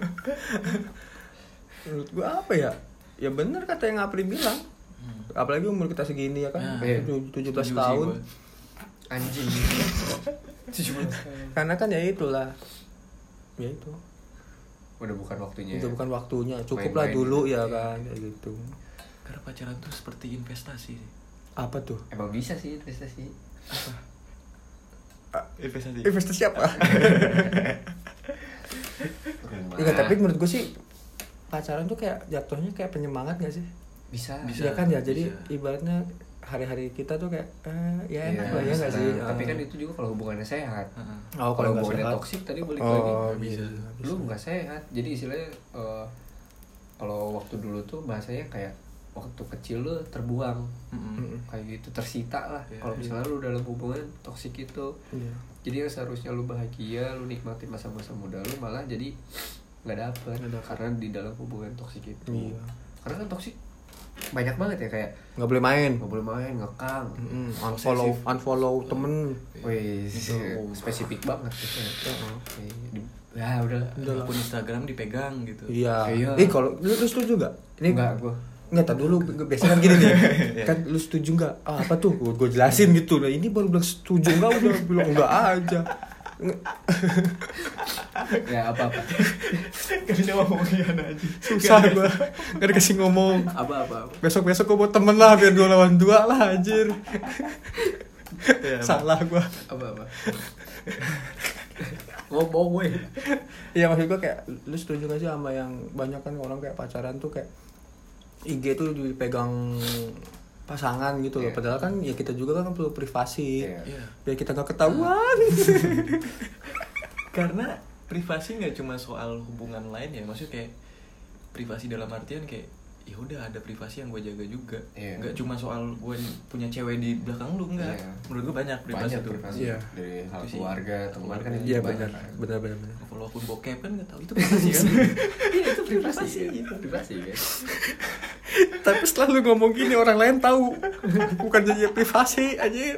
Menurut gue apa ya? Ya bener kata yang Apri bilang. Hmm. Apalagi umur kita segini ya kan, Nah, iya. tujuh belas Setuju sih tahun. gua. Anjing. Karena kan ya itulah. Ya itu. Udah bukan waktunya. Itu bukan waktunya. Cukuplah Main-main dulu gitu. ya kan, kayak gitu. Karena pacaran tuh seperti investasi sih. Apa tuh? Emang bisa sih investasi. Investasi. Investasi apa? Rumah. Enggak, tapi menurut gue sih pacaran tuh kayak jatuhnya kayak penyemangat gak sih? bisa Bisa. ya kan ya, jadi bisa. ibaratnya hari-hari kita tuh kayak eh, ya enak Iya, lah ya nggak bisa. sih. Tapi Eh. kan itu juga kalau hubungannya sehat. Heeh. Oh, Kalau nggak hubungannya sehat. toksik tadi balik Oh, lagi, bisa. bisa. lu nggak sehat. Jadi istilahnya uh, kalau waktu dulu tuh bahasanya kayak waktu kecil lu terbuang, Mm-mm. kayak gitu, tersita lah. Iya, Kalau misalnya lu dalam hubungan toksik itu, Iya. jadi yang seharusnya lu bahagia, lu nikmatin masa-masa muda lu, malah jadi nggak dapet Nggak dapet. karena di dalam hubungan toksik itu. Iya. Karena kan toksik banyak banget ya, kayak Nggak boleh main. nggak boleh main, ngekang. Mm-mm, unfollow Posesif. unfollow temen. Wih, Itu. spesifik banget gitu. Heeh. Di- Ya udah. Udah lah. Akun Instagram dipegang gitu. Iya. Iya. Eh kalau lu, lu setuju nggak? Ini Enggak gua. Nggak, tak dulu biasanya kan gini nih. Kan lu setuju nggak? Ah, apa tuh? Gue gue jelasin gitu. Nah, ini baru bilang setuju nggak, udah bilang enggak aja. Nge- Ya apa-apa. Gak bisa ngomongin aja. Susah gue. Nggak dikasih ngomong. Apa-apa. Besok-besok gue buat temen lah biar dua lawan dua lah anjir. Ya, Salah gue. Apa-apa. Ngomong gue. Iya, maksud gue kayak lu setuju gak sih sama yang banyak kan orang kayak pacaran tuh kayak I G tuh dipegang pasangan gitu loh. Iya. Padahal kan ya kita juga kan perlu privasi. Iya. Iya. Biar kita gak ketahuan. Karena privasi nggak cuma soal hubungan lain ya, maksudnya kayak privasi dalam artian kayak ya udah ada privasi yang gue jaga juga. Iya. Nggak cuma soal gue punya cewek di belakang lu, enggak. Iya. Menurut gue banyak privasi Banyak tuh. privasi. Iya. Dari hal Itu sih. keluarga, teman kan itu Iya banyak benar. kan. Benar benar benar. Kalau akun bokep kan nggak tahu itu privasi kan. Iya itu privasi. Itu privasi kan. Tapi setelah lu ngomong gini orang lain tahu. Bukan jadi privasi anjir.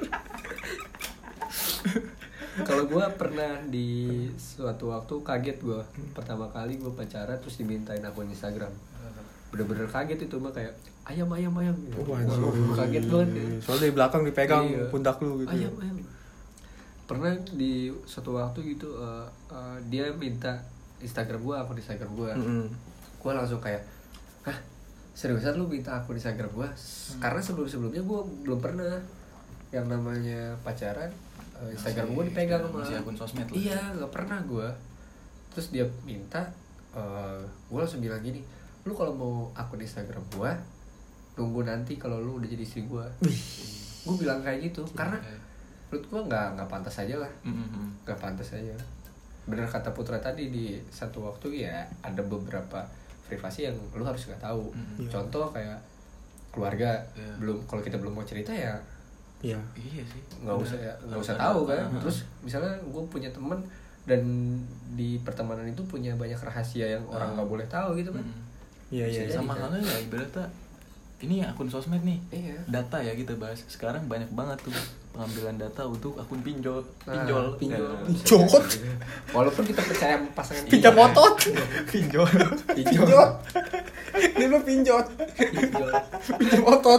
Kalau gue pernah di suatu waktu kaget gue pertama kali gue pacaran terus dimintain akun Instagram. Bener-bener kaget itu mah kayak ayam ayam ayam gitu. Oh, Wah, anjir. kaget banget. Ya. Soalnya dari belakang dipegang Iya. pundak lu gitu. Ayam ayam. Pernah di suatu waktu gitu uh, uh, dia minta Instagram gue, akun Instagram gue. Mm-mm. Gue langsung kayak, hah seriusan lu minta akun Instagram gue? Karena sebelum-sebelumnya gue belum pernah yang namanya pacaran. Uh, Instagram gue dipegang sama masih akun sosmed lah. Iya, nggak pernah gue. Terus dia minta, uh, gue langsung bilang gini, lu kalau mau akun Instagram gue, tunggu nanti kalau lu udah jadi istri gue. Gue bilang kayak gitu, karena Iya. menurut gue nggak nggak pantas aja lah, Mm-mm. nggak pantas aja. Bener kata Putra tadi, di satu waktu ya ada beberapa privasi yang lu harus nggak tahu. Mm-mm. Contoh kayak keluarga, Iya. belum kalau kita belum mau cerita ya Iya. Iya sih. nggak Bener. usah ya nggak Harus usah ada. tahu kan. Heeh. Terus misalnya gue punya temen dan di pertemanan itu punya banyak rahasia yang orang nggak boleh tahu gitu kan. Mm. Iya iya. Bisa iya. Sama kan? halnya ya ibaratnya ini akun sosmed nih. Iya. Data ya kita bahas. Sekarang banyak banget tuh pengambilan data untuk akun pinjol, Nah, pinjol, pinjol. Ya. Pinjol. Walaupun kita percaya sama pasangan Pinjam kita, otot. pinjol. pinjol, Pinjot. Dia mah pinjot. pinjol. Pinjam otot.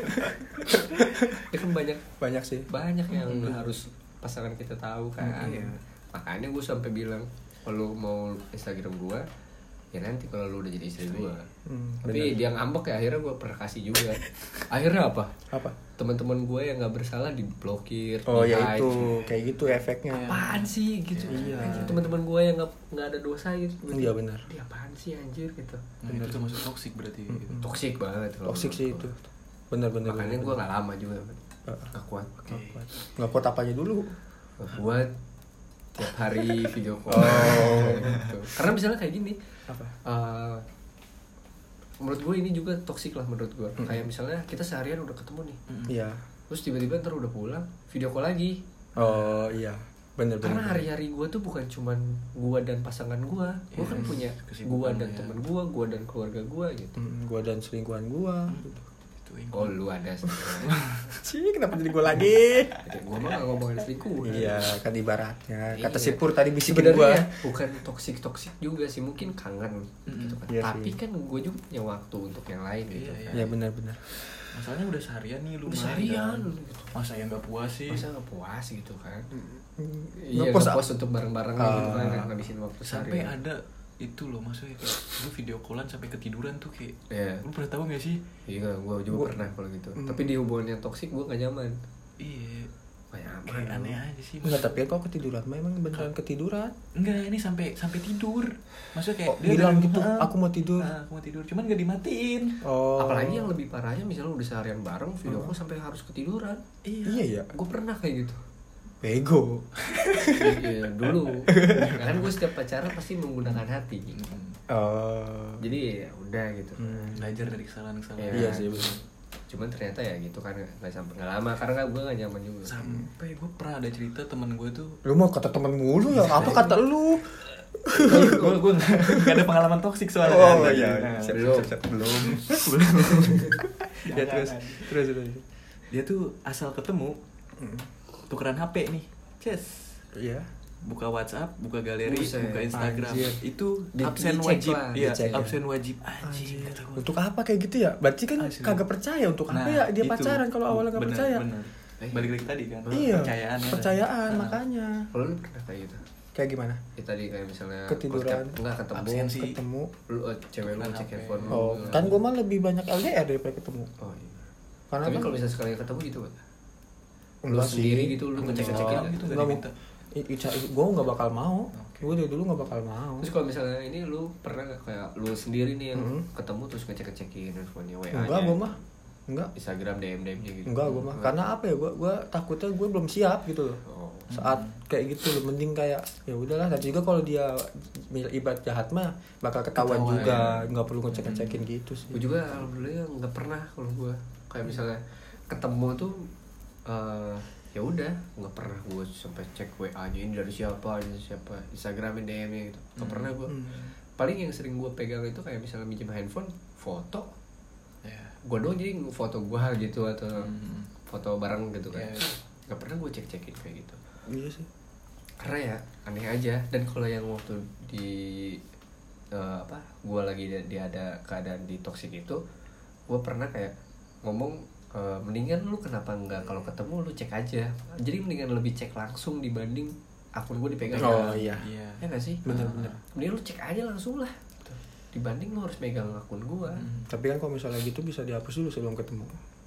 Itu kan banyak Banyak sih. banyak yang harus pasangan kita tahu kan. Hmm. Makanya gue sampai bilang kalau mau Instagram gue ya nanti kalau lu udah jadi istri gue. Hmm, Tapi benar. dia ngambek ya, akhirnya gue pernah kasih juga. Akhirnya apa? Apa? Teman-teman gue yang nggak bersalah diblokir. Oh ya di-hide. itu kayak gitu efeknya. Apaan sih gitu? Iya. Anjir, teman-teman gue yang nggak nggak ada dosa gitu. Iya benar. Dia apaan sih anjir gitu? Nah, itu termasuk toksik berarti gitu. Toksik banget. kalau Toksik sih menurut itu. gua. Benar-benar. Makanya gue nggak lama juga. Uh, Nggak kuat. Oke. nggak kuat apanya dulu. Nggak kuat. Tiap hari video call. Oh. Gitu. Karena misalnya kayak gini. Apa? Uh, menurut gue ini juga toksik lah menurut gue. Kayak misalnya kita seharian udah ketemu nih. Iya. Terus tiba-tiba ntar udah pulang video call lagi. Oh iya. Benar benar. Karena hari-hari gue tuh bukan cuman gue dan pasangan gue, gue kan Yes, punya kesibukan gue dan ya. temen gue, gue dan keluarga gue gitu. Hmm, gua dan selingkuhan gua. Itu yang Oh lu ada sih. Cih, kenapa jadi gua lagi? Gue mah gak ngomongin selingkuh. Iya, kan ibaratnya. Kata Iya. si Pur tadi bisikin Sebenarnya gua. ya, bukan toksik-toksik juga sih, mungkin kangen gitu kan. Iya Tapi sih. kan gue juga punya waktu untuk yang lain gitu. Iya, kan. Iya benar-benar. masalahnya udah seharian nih lu Udah main, seharian, kan. gitu. Masa yang nggak puas sih? Masa gak puas gitu kan. Hmm, Iya ngepost gak a- puas untuk bareng-bareng Ah. gitu kan, ngabisin waktu Sampai seharian. ada itu loh, maksudnya kayak lu video callan sampai ketiduran tuh kayak Iya. lu pernah tahu gak sih? Iya, gue juga Gua- pernah kalau gitu. Hmm. Tapi di hubungan yang toksik gue gak nyaman. Iya. kayak kayak aneh aja sih. Enggak, tapi kok ketiduran memang beneran ketiduran. Enggak, ini sampai sampai tidur. Maksudnya kayak Oh, bilang dari- gitu, ah, aku mau tidur. ah, aku mau tidur, cuman gak dimatiin. Oh. apalagi yang lebih parahnya misalnya udah seharian bareng video call sampai harus ketiduran. Iya ya. Gue pernah kayak gitu. Bego. Iya, dulu. Kan gue setiap pacaran pasti menggunakan hati. Oh. Jadi ya udah gitu. Hmm. Belajar dari kesalahan-kesalahan. Iya. Iya sih benar. Cuman ternyata ya gitu kan nggak sampai nggak lama karena gue gak nyaman juga. Sampai gue pernah ada cerita temen gue tuh. Lu mau kata temen mulu ya? Apa kata lu? gue gue nggak ada pengalaman toksik soalnya. Oh, Ada, iya. nah, Siap, belum. siap, siap. Belum. belum. Ya terus. Terus terus. Dia tuh asal ketemu tukeran H P nih, Ces. Iya. Buka WhatsApp, buka galeri, Buset, buka Instagram. anjir. Itu Di- absen dicek wajib. lah, Iya, dicek ya. absen wajib. Anjing kata gua. Untuk apa kayak gitu ya? Berarti kan Asli. kagak percaya untuk apa Nah, ya dia itu. pacaran kalau awalnya nggak Bener, percaya. bener. Balik lagi tadi kan. Iya. Percayaan. ya. Percayaan Nah, makanya. Kalau lu pernah kayak gitu? Kayak gimana? Ya tadi kayak misalnya Ketiduran. setiap- enggak ketemu, Absensi. Ketemu. lu eh, cewek lu Tukeran cek H P. handphone lu. Oh, kan gue mah lebih banyak L D R daripada ketemu. Oh iya. Karena Tapi kan kalau misalnya sekali ketemu gitu, Pak. Lu enggak sih. sendiri gitu lu Enggak. ngecek-ngecekin. Gitu, Enggak nggak mau. diminta. Gue nggak bakal mau. Gue dari dulu nggak bakal mau. Terus kalau misalnya ini lu pernah nggak kayak lu sendiri nih yang Mhm. ketemu terus ngecek-ngecekin handphonenya W A-nya? Enggak, gue mah. Enggak. Instagram D M D M-nya gitu. Enggak, gue mah. Karena apa ya? Gue gue takutnya gue belum siap gitu loh. Oh. Saat kayak gitu loh, mending kayak ya udahlah. Dan juga kalau dia ibarat jahat mah bakal ketahuan Ketahuan, juga, ya. nggak perlu ngecek-ngecekin gitu sih. Gue juga alhamdulillah nggak pernah kalau gue kayak misalnya ketemu tuh eh ya udah nggak pernah gue sampai cek W A-nya ini dari siapa, ini siapa, Instagram D M-nya gitu. Nggak pernah gue. Hmm. Paling yang sering gue pegang itu kayak misalnya minjem handphone, foto. Ya. Gue doang jadi foto gue gitu atau Hmm. foto bareng gitu kan. Ya. Nggak pernah gue cek-cekin kayak gitu. Iya sih. Karena ya aneh aja. Dan kalau yang waktu di eh, apa gue lagi di, di ada keadaan di toxic itu, gue pernah kayak ngomong eh, mendingan lu kenapa nggak kalau ketemu lu cek aja, jadi mendingan lebih cek langsung dibanding akun gue dipegang. Oh iya. Iya. Ya nggak sih, Bener-bener. mendingan lu cek aja langsung lah gitu. Dibanding lu harus megang akun gue. Hmm. Tapi kan kalau misalnya gitu bisa dihapus dulu sebelum ketemu.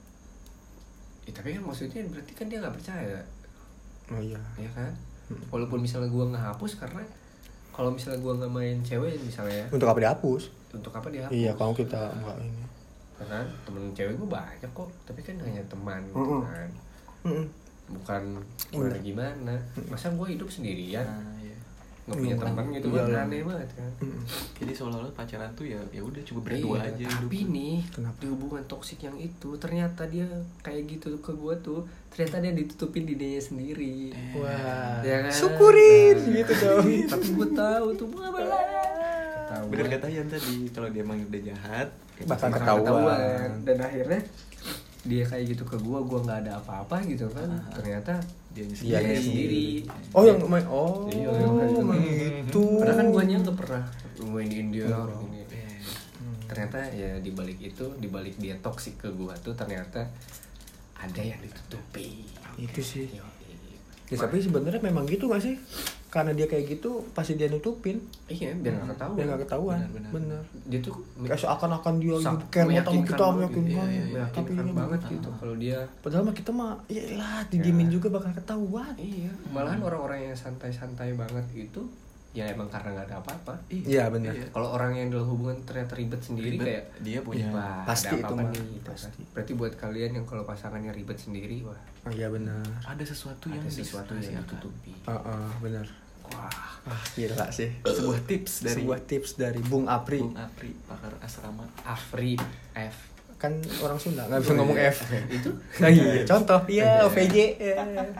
Ya, tapi kan maksudnya berarti kan dia nggak percaya, Oh iya. ya kan? Hmm. Walaupun misalnya gue nggak hapus karena kalau misalnya gue nggak main cewek misalnya, Untuk apa dihapus? untuk apa dihapus? Iya, kalau kita enggak ini. Karena temen cewek gue banyak kok, tapi kan hanya teman gitu Mm-mm. kan, Mm-mm. bukan gimana gimana. Masa gue hidup sendirian, Nah, iya. nggak punya Iya. teman gitu Iya kan, lah. aneh banget kan. Mm-mm. Jadi seolah-olah pacaran tuh ya ya udah cuma berdua Iya, aja tapi hidup. nih Kenapa? di hubungan toksik yang itu ternyata dia kayak gitu ke gue tuh, ternyata dia ditutupin dirinya sendiri. Wah. Ya kan? Syukurin Nah, gitu dong. Tapi gue tahu tuh gue tahu. Bener kata Yan tadi, kalau dia emang udah jahat, ya Bakal pasti Bakal ketahuan. ketahuan. Dan akhirnya dia kayak gitu ke gue, gue nggak ada apa-apa gitu kan. Ah. Ternyata dia Iya, dia iya. sendiri. Oh yang main oh. Iya, yang kayak gitu. gitu. Padahal kan gue nggak pernah mainin dia Oh. ini. Iya. Ternyata ya di balik itu, di balik dia toksik ke gue tuh ternyata ada yang ditutupi. Itu sih. Yoi. Ya, tapi sebenarnya memang gitu gak sih? Karena dia kayak gitu pasti dia nutupin. Iya, biar nggak ketahuan. Dia nggak ketahuan. Benar, benar. Bener. Dia tuh Kayak seakan-akan dia Sa- care banget sama meyakinkan kita, banget, meyakinkan. iya, iya, iya. Tapi meyakinkan ini banget bener. gitu kalau dia. Padahal mah kita mah ya lah didiemin Ya. juga bakal ketahuan. Iya, malahan orang-orang yang santai-santai banget itu ya emang karena nggak ada apa-apa. Iya, benar. Kalau orang yang dalam hubungan ternyata ribet sendiri Ribet, kayak dia punya "Ih, wah, pasti ada itu apa-apa mah, nih, gitu kan. pasti. Berarti buat kalian yang kalau pasangannya ribet sendiri, wah Oh iya benar. ada sesuatu yang ada sesuatu yang dirahasiakan. ditutupi. Heeh, benar. Wah, Wah, gila sih. Sebuah tips dari Sebuah tips dari Bung Apri. Bung Apri, pakar asrama. Afri F. Kan orang Sunda nggak bisa ngomong F. Itu Nah, iya. Contoh, iya O V J. Ya.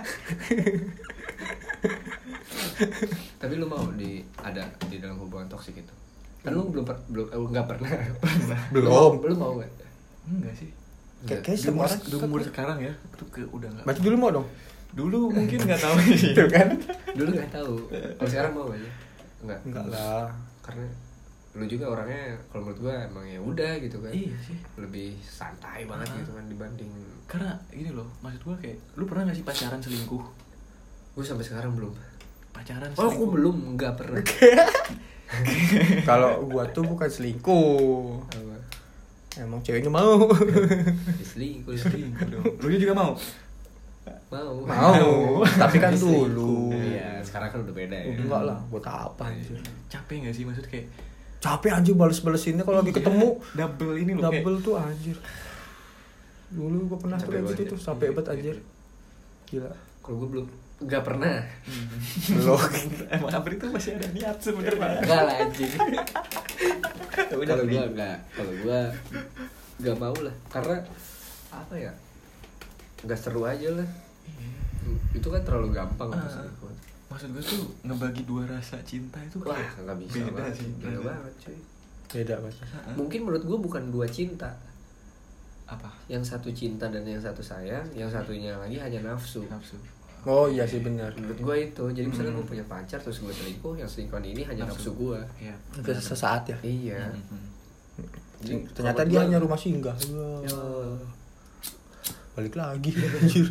tapi lu mau di ada di dalam hubungan toksik itu? Kan lu belum per- belum eh, nggak pernah pernah. Belum. Belum mau nggak? Enggak sih. Kayak Nggak. kayak Di semua umur, orang di umur sekarang ya, itu ke udah enggak. Berarti dulu mau dong. Dulu mungkin enggak tahu sih. Tuh kan? Dulu nggak tahu. Kalau sekarang mau aja? Enggak. Enggak lah. Karena lu juga orangnya kalau menurut gua emang ya udah gitu kan. Iya sih. Lebih santai banget Ah. gitu kan dibanding Karena gini loh, maksud gua kayak lu pernah gak sih pacaran selingkuh? gue sampai sekarang belum. Pacaran Oh, aku selingkuh. belum, nggak pernah. Kalau gua tuh bukan selingkuh. Apa? Emang ceweknya mau. Selingkuh, Selingkuh dong. Lu juga mau? Mau. Mau. Tapi kan dulu. Iya, sekarang kan udah beda ya. Udah enggak lah, buat apa anjir. Capek gak sih maksud kayak Capek anjir bales-balesinnya kalau lagi Iya, ketemu. double ini loh Double tuh anjir. Dulu gua pernah tuh Capek kayak gitu banget tuh, ya. sampai hebat anjir. Gila. Kalau gue belum nggak pernah. Belum. Emang Apri tuh masih ada niat sebenarnya. Enggak lah anjing. Kalau gue enggak, kalau gue nggak mau lah, karena apa ya? Nggak seru aja lah. Itu kan terlalu gampang Ah, untuk selingkuh. maksud gue tuh ngebagi dua rasa cinta itu Wah, kayak nggak bisa beda banget. sih. Beda Beda. banget cuy. Beda banget. Heeh. Mungkin menurut gue bukan dua cinta. Apa? Yang satu cinta dan yang satu sayang, yang satunya lagi hanya nafsu. Nafsu. Oh iya sih benar. Menurut gue itu. Jadi misalnya Hmm. gue punya pacar terus gue selingkuh, yang selingkuhan ini hanya nafsu, gue. Iya. Itu sesaat ya. Iya. Mhm. Jadi, Ternyata kalau dia gua- hanya rumah singgah. Wah. Ya. Balik lagi anjir.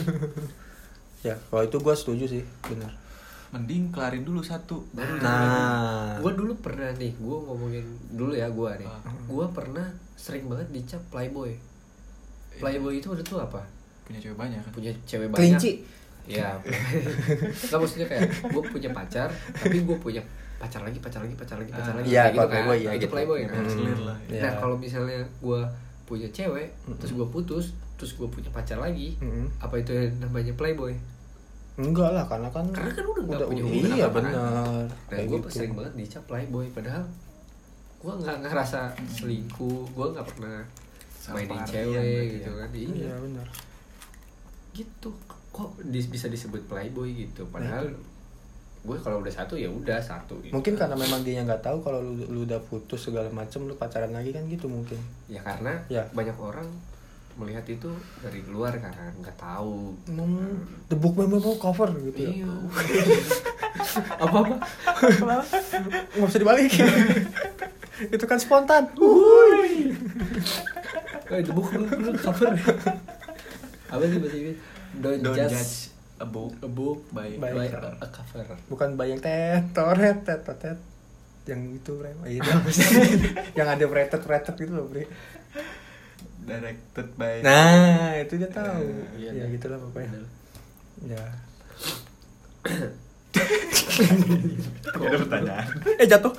Ya, kalau itu gua setuju sih, benar. Mending kelarin dulu satu baru Nah, Gue dulu pernah nih, gue ngomongin dulu ya gue nih. Ah. Gue pernah sering banget dicap playboy. Playboy itu menurut lu apa? punya cewek banyak kan. Punya cewek banyak. kelinci. Ya. Nggak, maksudnya kayak gue punya pacar, tapi gue punya pacar lagi, pacar lagi, pacar lagi, pacar Ah. lagi. Iya, kayak gitu kalau kan. playboy, iya, Nah, itu gitu. playboy kan. Hmm. Clear lah. Iya. Nah kalau misalnya gue punya cewek, terus gue putus, terus gue punya pacar lagi, Mm-mm. apa itu namanya playboy? Enggak lah, karena kan Karena kan udah nggak punya udah- hubungan iya apa-apa kan. benar. Nah gue sering banget dicap playboy, padahal gue nggak ngerasa selingkuh, gue nggak pernah Sama mainin Aryan cewek berarti gitu ya. kan. Iya Iya, benar. gitu. Kok dis- bisa disebut playboy gitu? Padahal gue kalau udah satu ya udah satu. Gitu. Mungkin karena memang dia nggak tahu kalau lu, lu udah putus segala macem lu pacaran lagi kan gitu mungkin. Ya karena Ya. banyak orang melihat itu dari luar kan, nggak tahu. Hmm, the book memang mau cover gitu ya. Iya. Apa-apa? Nggak bisa dibalikin. Itu kan spontan. Eh, itu buku lu cover. Apa sih bahasa Inggris? Don't, Don't judge, judge a book a book by by by cover. a cover. Bukan bayang tetoret tetotet yang itu bre. Itu yang ada retet retet gitu loh bre. Directed by Nah itu dia tahu. Iya, Ya iya. gitulah pokoknya. Ya. Gak ada pertanyaan. Eh jatuh.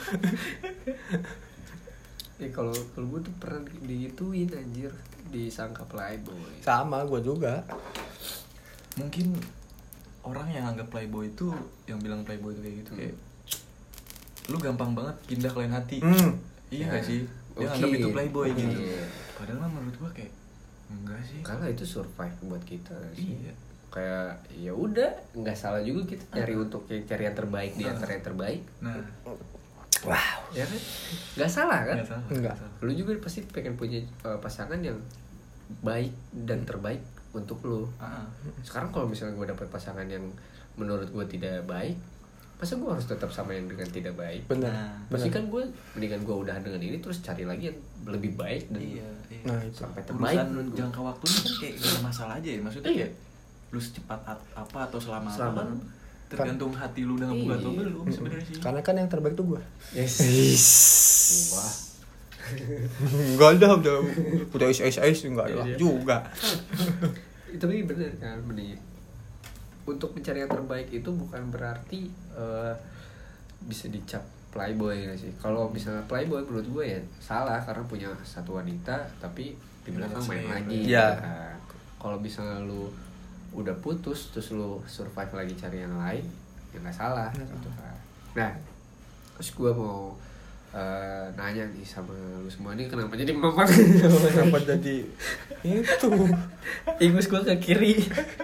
Ya kalau kalau gue tuh pernah digituin anjir, disangka playboy. Sama gue juga. Mungkin orang yang anggap playboy itu, yang bilang playboy itu kayak gitu kayak lu gampang banget pindah ke lain hati. Hmm. Iya Ya. gak sih? Dia Oke. anggap itu playboy Oke. gitu. Padahal mah menurut gua kayak enggak sih. Karena itu survive buat kita sih. Iya. Kayak ya udah, nggak salah juga kita cari untuk cari yang terbaik di antara yang terbaik. Nah, Wow. Ya kan? Nggak salah kan? nggak salah. Enggak. salah. Lu juga pasti pengen punya uh, pasangan yang baik dan terbaik untuk lu. Ah, Sekarang kalau misalnya gue dapet pasangan yang menurut gue tidak baik, masa gue harus tetap sama yang dengan tidak baik? Benar. Nah, Pasti Benar. kan gue mendingan gue udahan dengan ini terus cari lagi yang lebih baik dan iya, iya. Nah, itu. sampai terbaik Urusan menurut gue. jangka waktunya kan kayak gak ada masalah aja ya. Maksudnya Iya. kayak lu secepat at- apa atau selama, Selama. apa kan tergantung hati lu udah ngebuka atau Iya. belum sebenarnya sih. Karena kan yang terbaik tuh gue. Yes. Wah. Enggak ada udah udah is is is enggak ada Iya. juga. Tapi bener kan, mending untuk mencari yang terbaik itu bukan berarti eh, bisa dicap playboy ya sih. Kalau misalnya playboy menurut gue ya salah karena punya satu wanita tapi di belakang main Iya. lagi. Iya. gitu kan. Kalau misalnya lu udah putus terus lu survive lagi cari yang lain ya nggak salah gitu kan. Nah terus gue mau eh, nanya nih sama lu semua nih, kenapa jadi memang Kenapa jadi itu ingus gue ke kiri.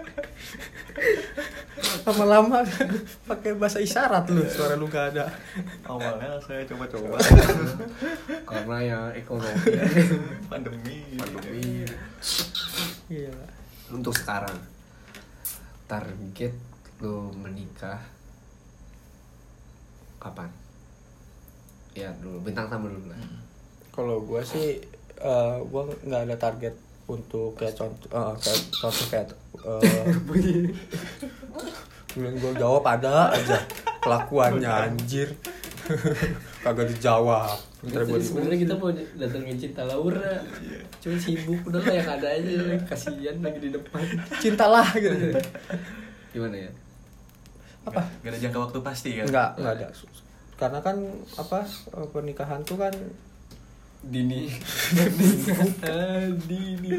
lama-lama pakai bahasa isyarat lu, suara lu gak ada. Awalnya saya coba-coba Karena ya ekonomi pandemi. pandemi. Iya. Untuk sekarang target lu menikah kapan? Ya dulu bintang tamu dulu lah. Kalau gua sih eh, gua nggak ada target untuk kayak contoh eh, kayak contoh kayak eh Kemudian gue jawab ada aja kelakuannya anjir. Kagak dijawab. Ntar Jadi buat sebenarnya kita mau datengin Cinta Laura, cuma sibuk udah lah yang ada aja, kasihan lagi di depan. cintalah gitu. Gimana ya? Apa? Gak ada jangka waktu pasti kan? Enggak, enggak ada. Karena kan apa pernikahan tuh kan Dini. Dini.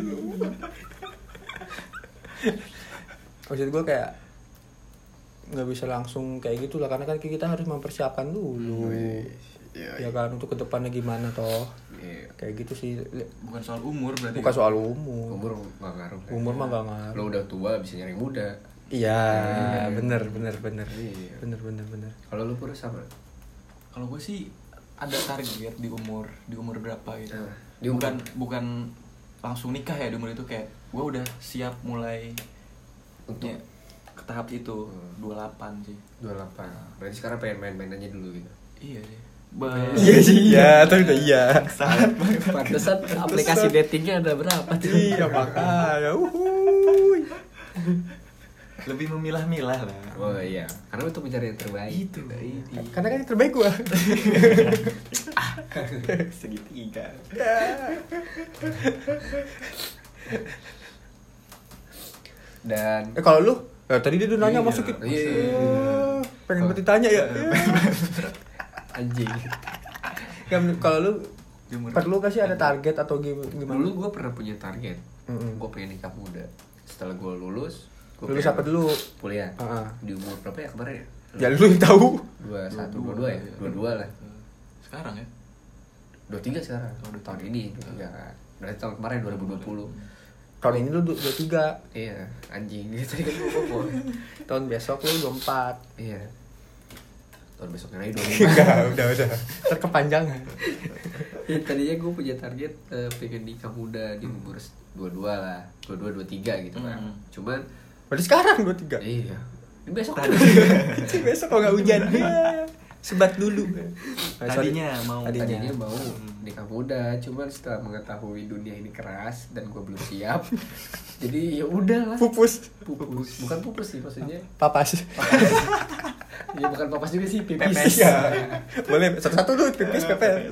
maksud gue kayak nggak bisa langsung kayak gitu lah, karena kan kita harus mempersiapkan dulu. Iya, Ya kan untuk kedepannya gimana toh. Iya. Kayak gitu sih. Bukan soal umur berarti. Bukan soal umur. Umur nggak ngaruh. Umur mah nggak ngaruh. Lo udah tua bisa nyari muda. Iya, Hmm. bener bener bener. Iya. Bener bener bener. Kalau lu pura sama? Kalau gue sih ada target di umur di umur berapa gitu. Nah, di umur- bukan bukan langsung nikah ya di umur itu, kayak gue udah siap mulai Untuk ya, ke tahap itu. Hmm. dua puluh delapan sih. dua puluh delapan. Berarti sekarang pengen main-main aja dulu gitu. Iya sih. Ba- Iya sih. Iya, tapi udah iya. Sangat banget. Pantesan aplikasi datingnya ada berapa tuh? Iya makanya. Uhuy. Lebih memilah-milah lah. Oh iya, karena untuk mencari yang terbaik. Itu. Iya. Karena kan yang terbaik gua. Segitiga. Dan Eh kalau lu, ya, tadi dia udah nanya Iya, masukin. iya, iya, iya. Eh, pengen banget ditanya ya. anjing. Kan kalau lu Di umur- perlu kasih ada target atau gim- gimana? Dulu gue pernah punya target. Mm-mm. Gue pengen nikah muda. Setelah gue lulus, gua Lulus pengen apa dulu? Kuliah. Ah. Di umur berapa ya kemarin? Ya lu yang tahu. Dua satu dua dua ya, dua dua lah. Sekarang ya. Dua tiga sekarang. Oh, dua Tahun ini dua tiga kan. Berarti tahun kemarin dua ribu dua puluh. Tahun ini lu dua puluh tiga. Iya, anjing. Dia tadi kan ngomong. Tahun besok lu dua puluh empat. Iya. Tahun besoknya lagi dua ribu. Enggak, udah udah. Terkepanjangan. Ya, tadinya gue punya target eh, pengen nikah muda di umur dua dua lah, dua dua dua tiga gitu kan. Hmm. Cuman Berarti sekarang dua puluh tiga. iya, ini besok Besok kalau nggak hujan. Ya. Sebat dulu. Ah, sorry. Tadinya mau. Tadinya. tadinya mau nikah muda, cuman setelah mengetahui dunia ini keras dan gue belum siap, jadi ya udahlah. Pupus. Pupus, bukan pupus sih maksudnya. Papas. Ya bukan papas juga sih, pipis. Pepes. Iya. Boleh satu-satu dulu pipis pepes.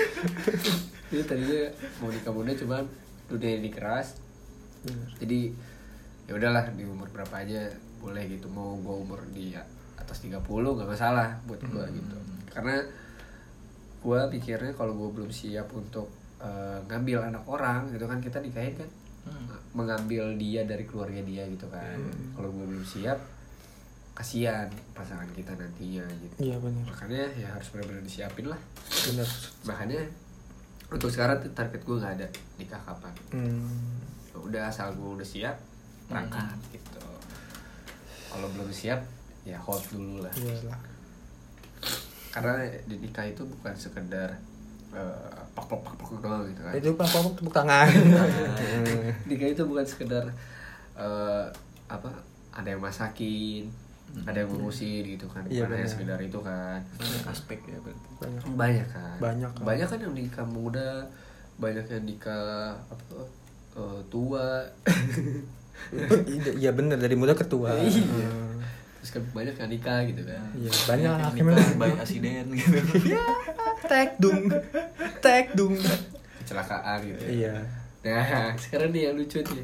Jadi tadinya mau nikah muda, cuman dunia ini keras. Jadi ya udahlah di umur berapa aja boleh gitu, mau gue umur di atas tiga puluh gak masalah buat gue gitu, karena gue pikirnya kalau gue belum siap untuk uh, ngambil anak orang gitu kan, kita nikahin kan Hmm. mengambil dia dari keluarga dia gitu kan. Hmm. Kalau gue belum siap, kasihan pasangan kita nantinya gitu. Iya benar. Makanya ya harus benar-benar disiapin lah. Benar. Makanya untuk sekarang tuh target gue nggak ada nikah kapan. Hmm. Udah asal gue udah siap berangkat gitu. Kalau belum siap ya hold dulu lah. Iyalah. Karena di nikah itu bukan sekedar uh, pak pak pak pak doang gitu kan. Itu pak pak tepuk tangan. Nikah itu bukan sekedar uh, apa ada yang masakin, ada yang ngurusin gitu kan. Iya, Bukan hanya benar. sekedar itu kan. Banyak aspek ya berarti. Banyak. Banyak kan. Banyak kan. Banyak kan yang nikah muda, banyak yang nikah apa uh, tua. Iya benar, dari muda ke tua. Iya. Hmm. Terus kan banyak yang nikah gitu kan. Iya, banyak yang akhirnya. nikah by accident gitu. Tek dung. Tek dung. Kecelakaan gitu. Iya. Nah, sekarang nih yang lucu nih.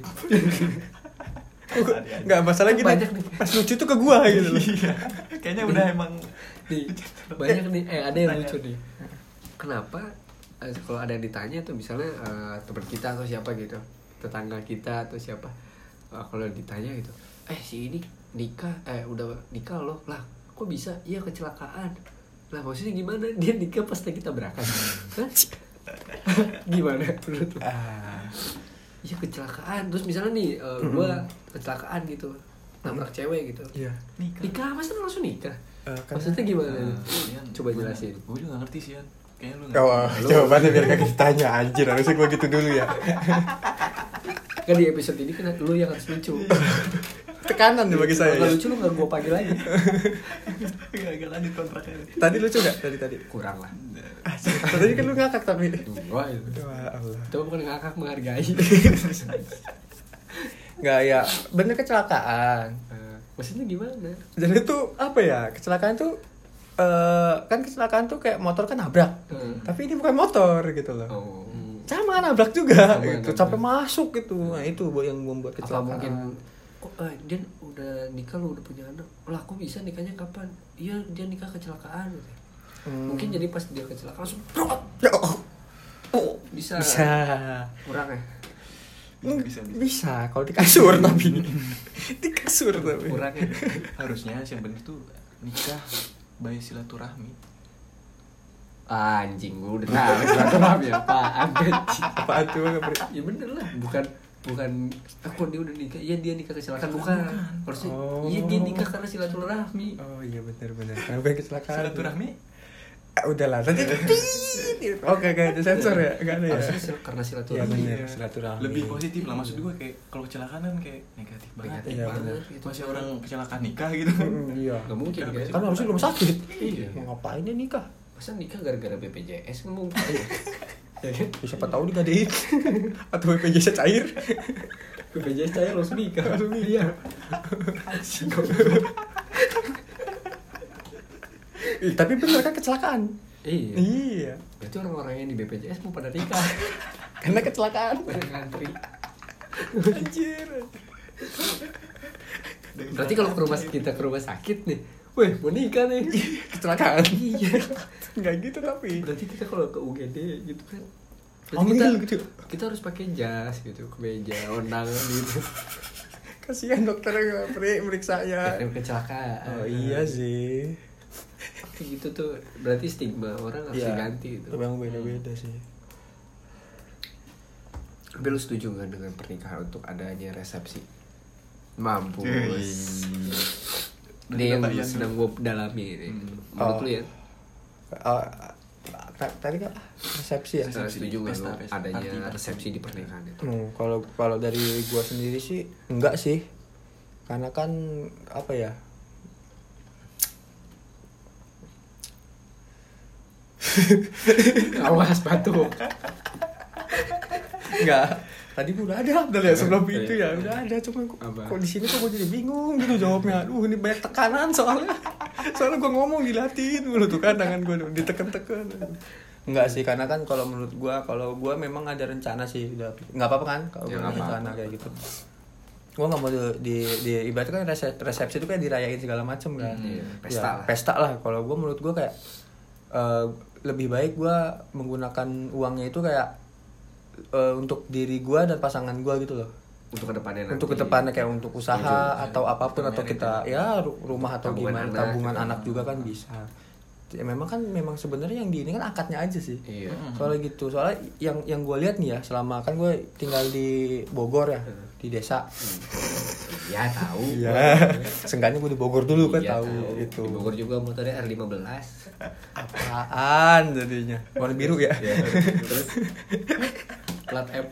Enggak masalah gini. Banyak nih. Pas lucu tuh ke gua gitu loh. Iya. Kayaknya udah emang Nih, banyak nih. Eh, ada yang lucu nih. Kenapa eh, kalau ada yang ditanya tuh misalnya eh, teman kita atau siapa gitu, tetangga kita atau siapa, eh, kalau ditanya gitu, eh si ini nikah, eh udah nikah loh, lah kok bisa? Iya kecelakaan. Lah maksudnya gimana? Dia nikah pas kita berangkat. Hah? Gimana menurut lu? Ah. Iya kecelakaan. Terus misalnya nih, uh, gue kecelakaan gitu, nabrak cewek gitu. Iya. nikah. Nikah masa langsung nikah? Eh, kan- Maksudnya gimana? Nah, Ian, Coba gua- jelasin. Gua juga gak ngerti sih, Ian. Kayaknya lu Oh, ngerti. oh, jawabannya biar kagak ditanya anjir, harusnya gua gitu dulu ya. Kan di episode ini kan lu yang harus lucu. Tekanan nih bagi saya. Kalau Ya. lucu lu gak gue panggil lagi. Gak lanjut kontraknya. Tadi lucu gak? Tadi tadi. Kurang lah. Tadi kan lu ngakak tapi. Wah itu. Wah Allah. Itu bukan ngakak, menghargai. Enggak ya, bener kecelakaan. Eh, maksudnya gimana? Dan itu apa ya? Kecelakaan tuh uh, kan kecelakaan tuh kayak motor kan nabrak. Hmm. Tapi ini bukan motor gitu loh. Oh. Sama nabrak juga sama gitu. Sampai masuk gitu. Nah, itu yang membuat kecelakaan. Apa mungkin kok eh, dia udah nikah lo udah punya anak. Lah kok bisa nikahnya kapan? Iya, dia nikah kecelakaan gitu. Hmm. Mungkin jadi pas dia kecelakaan langsung oh, bisa. Bisa. Kurang ya? Bisa, bisa. Bisa kalau di kasur tapi di kasur tapi kurangnya. Harusnya yang benar tuh nikah by silaturahmi. Anjing, gue udah tahu silaturahmi apaan anjing. Apaan tuh? Ya bener lah, bukan bukan aku dia udah nikah, iya dia nikah kecelakaan bukan. Harusnya oh. Iya dia nikah karena silaturahmi. Oh iya benar-benar. Kenapa kecelakaan? Silaturahmi? Ah, udahlah tadi. Oke, kayak ada sensor ya, enggak ada ya. Harusnya karena silaturahmi. Iya, silaturahmi. Lebih positif lah, maksud gue kayak kalau kecelakaan kan kayak negatif banget. Iya, benar. Masih orang kecelakaan nikah gitu. Iya. Enggak mungkin kan. Kan harusnya belum sakit. Iya. Mau ngapain dia nikah? Masa nikah gara-gara B P J S kan mungkin. Ya kan? Siapa tahu digadein. Atau B P J S cair. B P J S cair langsung nikah. Langsung nikah. Anjing. Tapi benar kan kecelakaan. Iya. Iya. Berarti orang-orang yang di B P J S mau pada nikah. Karena kecelakaan. Pada ngantri. Anjir. Berarti kalau ke rumah kita ke rumah sakit nih, weh mau nikah nih. Kecelakaan. Iya. Enggak gitu tapi. Berarti kita kalau ke U G D gitu kan. Ambil kita, gitu. Kita harus pakai jas gitu, kemeja, undangan gitu. Kasihan dokternya meriksa ya. Karena kecelakaan. Oh iya sih. Kayak gitu tuh berarti stigma orang harus ya, diganti gitu. Memang beda-beda sih. Tapi lu setuju gak dengan pernikahan untuk adanya resepsi? Mampus. Ini yang sedang gue dalami ini. Hmm. Menurut oh. lu ya? Oh, tadi kan resepsi ya? Saya setuju gak lu adanya resepsi di pernikahan itu? Hmm, kalau kalau dari gue sendiri sih enggak sih. Karena kan apa ya? Awas batuk. Enggak. Tadi udah ada udah ya sebelum itu ya udah ada cuma kok, kok di sini kok gue jadi bingung gitu jawabnya. Aduh ini banyak tekanan soalnya. Soalnya gue ngomong dilatin mulu tuh kan tangan gue ditekan-tekan. Enggak sih karena kan kalau menurut gue kalau gue memang ada rencana sih udah enggak apa-apa kan kalau ya, gue rencana kayak gitu. Gue nggak mau di, di, di ibaratnya kan resepsi itu kayak dirayain segala macem kan. Hmm, pesta ya, lah. Pesta lah. Kalau gue menurut gue kayak uh, lebih baik gue menggunakan uangnya itu kayak uh, untuk diri gue dan pasangan gue gitu loh. Untuk kedepannya nanti. Untuk kedepannya kayak untuk usaha Tujuh, atau apapun atau kita itu. Ya rumah atau tabungan gimana anak, tabungan gitu. Anak juga kan bisa. Ya, memang kan memang sebenarnya yang di ini kan akadnya aja sih. Iya. Soalnya gitu. Soalnya yang yang gue lihat nih ya selama kan gue tinggal di Bogor ya di desa. Ya tahu. Iya. Seenggaknya gue di Bogor dulu kan iya, tahu, tahu itu. Di Bogor juga motornya R lima belas. Apaan jadinya? Warna biru ya? Ya terus plat F.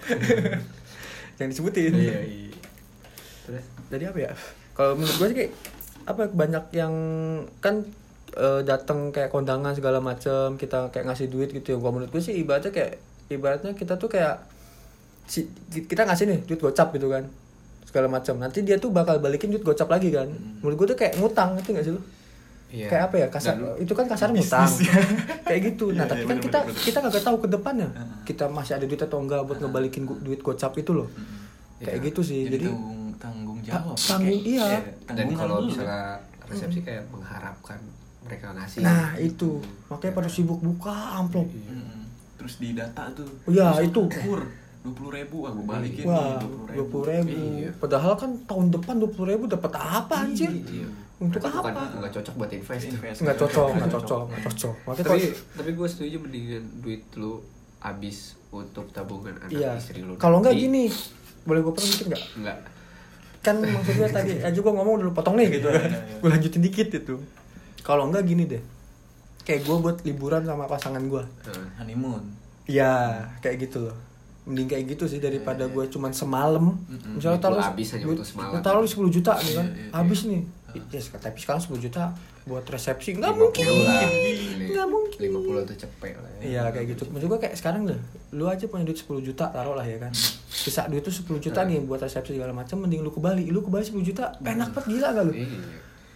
Yang disebutin. Iya, iya. Terus jadi apa ya? Kalau menurut gue sih kayak apa banyak yang kan uh, datang kayak kondangan segala macam kita kayak ngasih duit gitu ya. Gua menurut gue sih ibaratnya kayak ibaratnya kita tuh kayak si, kita ngasih nih duit gocap gitu kan segala macam nanti dia tuh bakal balikin duit gocap lagi kan. Hmm. Menurut gue tuh kayak ngutang ngerti nggak sih lu? Iya. Kayak apa ya kasar dan, itu kan kasar ngutang kayak gitu. Nah ya, tapi ya, kan bener, kita bener, kita nggak tahu ke depannya uh-huh. kita masih ada duit atau enggak buat uh-huh. ngebalikin duit gocap itu loh. Uh-huh. Kayak ya, gitu sih jadi, jadi tanggung, tanggung jawab ta- tanggung kayak, iya eh, dan kalau misalnya resepsi kayak mengharapkan mereka ngasih nah itu makanya pada sibuk buka amplop hmm. terus di data tuh oh ya itu kur dua puluh ribu aku balikin wah dua puluh ribu iya. Padahal kan tahun depan dua puluh ribu dapat apa anjir iya. Untuk berarti apa bukan, nggak cocok buat invest, invest nggak cocok nggak cocok nggak cocok makanya tapi kalo, tapi gue setuju mendingan duit lu habis untuk tabungan anak iya. Istri lu kalau nggak gini boleh gue potong dikit nggak nggak kan maksudnya tadi aja gue ngomong dulu potong nih gitu kan gue lanjutin dikit itu kalau nggak gini deh kayak gue buat liburan sama pasangan gue hmm. honeymoon ya kayak gitu loh mending kayak gitu sih daripada gue cuman semalam mm-hmm. misalnya taruh habis aja untuk semalam taruh sepuluh juta nih kan yeah, yeah, habis yeah. nih yes, tapi sekarang sepuluh juta buat resepsi nggak mungkin nggak mungkin lima puluh tuh cepet lah ya. Iya kayak gitu maksud gue kayak sekarang deh lu aja punya duit sepuluh juta taruh lah ya kan sisa duit tuh sepuluh juta nih buat resepsi segala macam mending lu ke Bali lu ke Bali sepuluh juta enak banget gila gak lu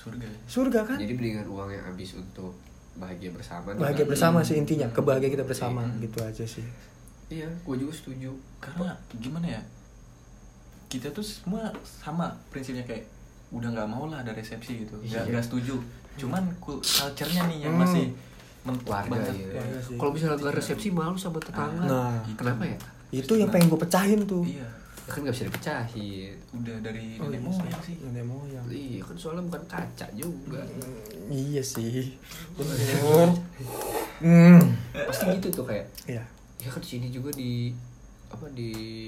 surga. Surga kan? Jadi mendingan uang yang habis untuk bahagia bersama. Bahagia bersama sih intinya, kebahagiaan kita bersama Hmm. gitu aja sih. Iya, gue juga setuju. Karena gimana ya, kita tuh semua sama prinsipnya, kayak udah nggak mau lah ada resepsi gitu, nggak Iya. nggak setuju. Cuman kul- culture-nya nih yang Hmm. masih mentok Warga banget. ya. Warga sih. Kalau misalnya nggak resepsi malu sama tetangga. Nah, Kenapa ya? itu yang pengen gue pecahin tuh. Iya, Ya kan nggak bisa dipecahin. udah dari Oh, nenek iya moyang sih. Nenek moyang. Iya kan soalnya bukan kaca juga. Iya sih. Bener. Hmm. Pasti gitu tuh kayak. Iya. Ya kan di sini juga di apa di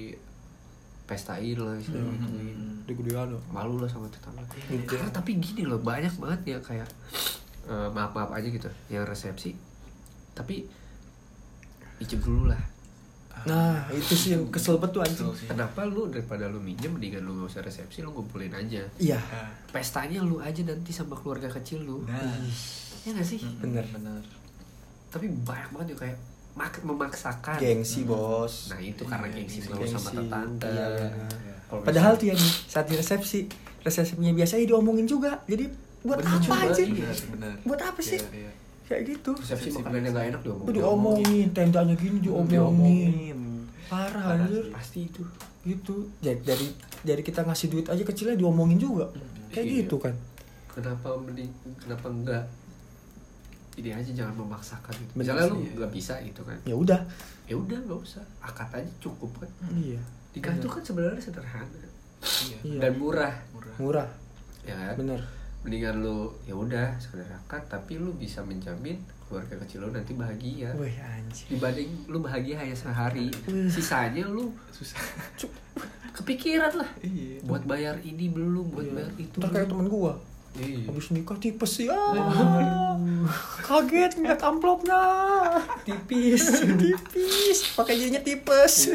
pestain lah istilahnya Hmm. gituin. Di Gudiano. Malu lah sama tetangga. Iya. Karena tapi gini loh, banyak banget ya kayak eh, maaf-maaf aja gitu yang resepsi tapi icip dulu lah. Nah, itu sih yang kesel betul anjing. Betul sih. Kenapa lu daripada lu minjem mendingan lu gak usah resepsi, lu ngumpulin aja. Iya, Ah, Pestanya lu aja nanti sama keluarga kecil lu. Nah, Ya gak sih? mm, bener. bener. Tapi banyak banget ya kayak mak- memaksakan. Gengsi, Bos. Nah itu karena Iya, gengsi gengsi. lu sama Gengsi. tetangga. Iya. Kalau Padahal bisa- tuh ya nih, saat di resepsi, resepsinya biasanya diomongin juga. Jadi buat Bener apa juga, anjing? iya. bener, bener. Buat apa sih? Iya, iya. Kayak gitu. Resepsi makanannya gak enak Tuh diomongin. diomongin, tendanya gini diomongin. Diomongin. Parah Parah anjir. sih. Pasti itu. Gitu. Jadi dari dari kita ngasih duit aja kecilnya diomongin juga. Kayak Iya. gitu kan. Kenapa mending kenapa enggak ini aja, jangan memaksakan gitu. Bener Misalnya sih, lu iya. nggak bisa gitu kan. Ya udah. Ya udah nggak usah. Akad aja cukup kan. Iya. Nikah itu kan sebenarnya sederhana Iya. Iya. dan murah. Murah. Murah. Ya kan? Bener. Mendingan lu ya udah sekedar akad tapi lu bisa menjamin keluarga kecil lu nanti bahagia. Wih anjir. Dibanding lu bahagia hanya sehari, Wih. sisanya lu Susah. kepikiran lah. Iya. Buat bayar ini belum, buat bayar itu. Ntar kayak belum. temen gua. Iya. Habis nikah tipes ya. Kaget ngeliat amplopnya. Tipis. Tipis. Pakai jadinya tipes.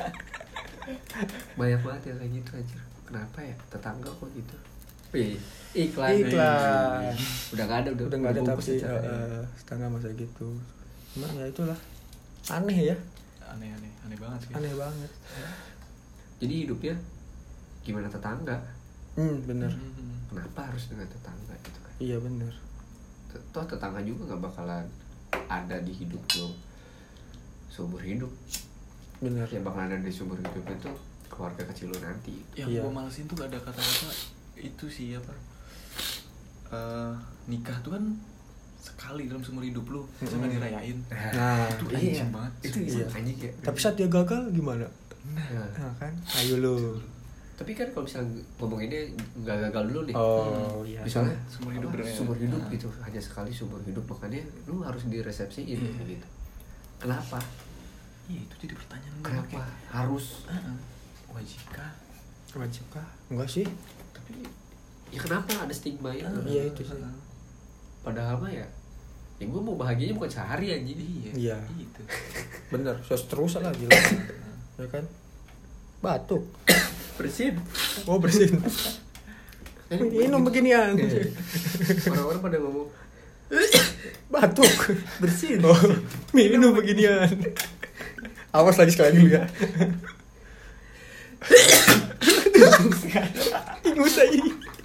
Banyak banget yang kayak gitu aja. Kenapa ya? Tetangga kok gitu. Wih, iklan. Iklan. Udah gak ada, udah, Udah nggak ada bungkus tapi acaranya. uh, setengah masa gitu. Cuma ya itulah. Aneh ya. Aneh-aneh, aneh banget sih. Aneh banget. Jadi hidupnya gimana tetangga? Hmm, bener. Hmm. Kenapa harus dengan tetangga gitu kan? Iya bener. Toh tetangga juga nggak bakalan ada di hidup lo seumur hidup. Bener. Yang bakalan ada di seumur hidup itu keluarga kecil lo nanti. Yang Iya. gue malesin tuh gak ada kata-kata itu sih apa, Eh, nikah tuh kan sekali dalam seumur hidup lu, bisa nggak Mm-mm. dirayain. Nah, Itu iya. anjing banget. Itu Iya. anjing ya. tapi saat dia gagal gimana? Nah, Nah kan, ayo lu. tapi kan kalau misalnya ngomonginnya nggak gagal dulu nih. Oh iya. Misalnya Seumur hidup apa, bener. seumur hidup Nah. gitu, hanya sekali seumur hidup, makanya lu harus diresepsiin Hmm. gitu. Kenapa? Iya, itu jadi pertanyaan gue. Kenapa harus? Heeh. Wajibkah? Wajib kah? Enggak sih. Tapi ya kenapa ada stigma itu? Iya, itu sih. Heeh. Padahal mah ya, ya gue mau bahagianya bukan sehari aja. Iya. Iya. Gitu. Bener, terus lah gila. Ya kan? Batuk. Bersin. Oh bersin. Minum beginian. Orang-orang pada ngomong Batuk. bersin. Oh, minum beginian. Awas lagi sekali dulu ya. Ingus aja.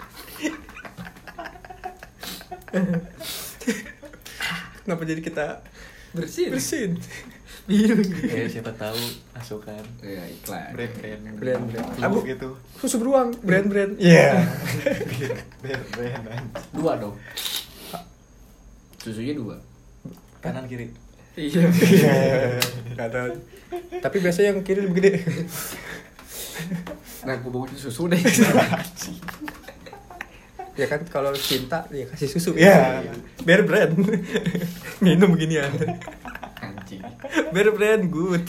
Kenapa jadi kita Bersin. bersin? Ya siapa tahu masukan Ya iklan. brand-brand Brand-brand. Abu Abu. gitu. Susu beruang, brand-brand. Iya. Brand-brand anjing. Dua dong. Susunya dua. Kanan kiri. Iya. Kata. Tapi biasanya yang kiri lebih gede. Nah, gue mau susu deh. Ya kan kalau cinta ya kasih susu. Ya. Bear brand. Minum beginian. Anjing. Bear brand good.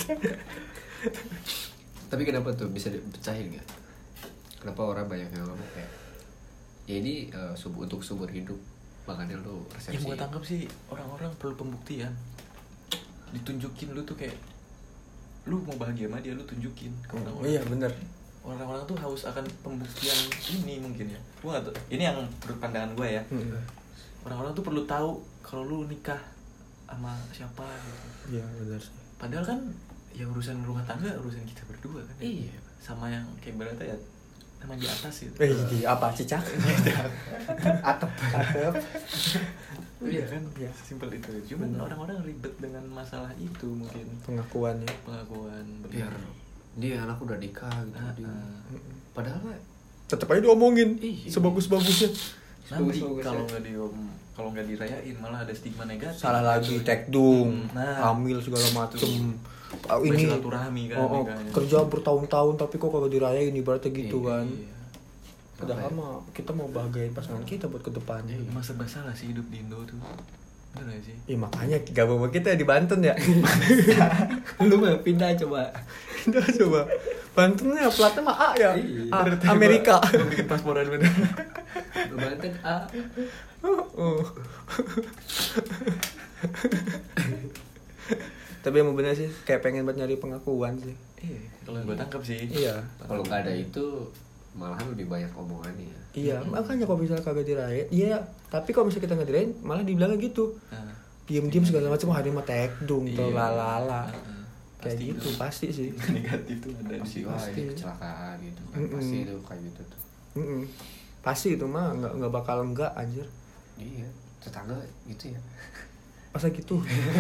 Tapi kenapa tuh bisa dipecahin nggak? Kenapa orang banyak yang ngomong kayak ya ini eh, sub untuk subur hidup, makanya lu resepsi. Yang gue tangkap sih orang-orang perlu pembuktian. Ditunjukin lu tuh kayak lu mau bahagia sama dia, lu tunjukin ke Oh orang-orang. iya bener. Orang-orang tuh haus akan pembuktian ini mungkin ya. Gua gak tau. Ini yang menurut pandangan gue ya. Hmm. Orang-orang tuh perlu tahu kalau lu nikah sama siapa gitu. Iya bener sih. Padahal kan ya urusan rumah tangga urusan kita berdua kan. Iya. Sama yang kayak berarti ya Emang di atas itu. Eh, di apa cicak? Atep. Atep. Iya kan, Iya. simpel itu. Cuman Bener. orang-orang ribet dengan masalah itu mungkin. Pengakuannya. Pengakuan. Biar dia anak udah nikah gitu. Ah, dia. ah. Padahal mah Tetap aja diomongin. Iya. Sebagus-bagusnya. Nanti Bagus-bagus kalau ya. nggak di kalau nggak dirayain malah ada stigma negatif. Salah lagi tekdung, Nah. hamil segala macem. Ah, Ini ini silaturahmi kan. oh, oh, nikahnya. kerja bertahun-tahun tapi kok kagak dirayain ibaratnya gitu Iya, kan. iya. Padahal mah kita mau bahagiain pasangan kita buat kedepannya. Emang serba salah sih hidup di Indo tuh. Bener gak sih? Iya makanya gabung sama kita di Banten ya. Lu mah pindah coba. Pindah coba. Bantennya platnya mah A ya. Iya. A, Amerika. Bikin pasporan bener. Banten A. Oh. Tapi emang bener sih kayak pengen buat nyari pengakuan sih. Iya, kalau yang gue tangkap sih. Iya. Kalau nggak ada itu malahan lebih banyak omongannya. Iya, makanya kalau misalnya kagak dirayain, iya. Tapi kalau misalnya kita nggak dirayain, malah dibilangnya gitu. Nah, Diem-diem segala macam hari mah tekdung, iya. tuh lalala. Heeh. Kayak Pasti gitu, itu. pasti sih. Negatif tuh ada di Pasti situ. wah Pasti. ini kecelakaan gitu kan. Mm-mm. Pasti itu kayak gitu tuh. Mm-mm. Pasti itu mah nggak nggak bakal enggak anjir. Iya, tetangga gitu ya. Masa gitu?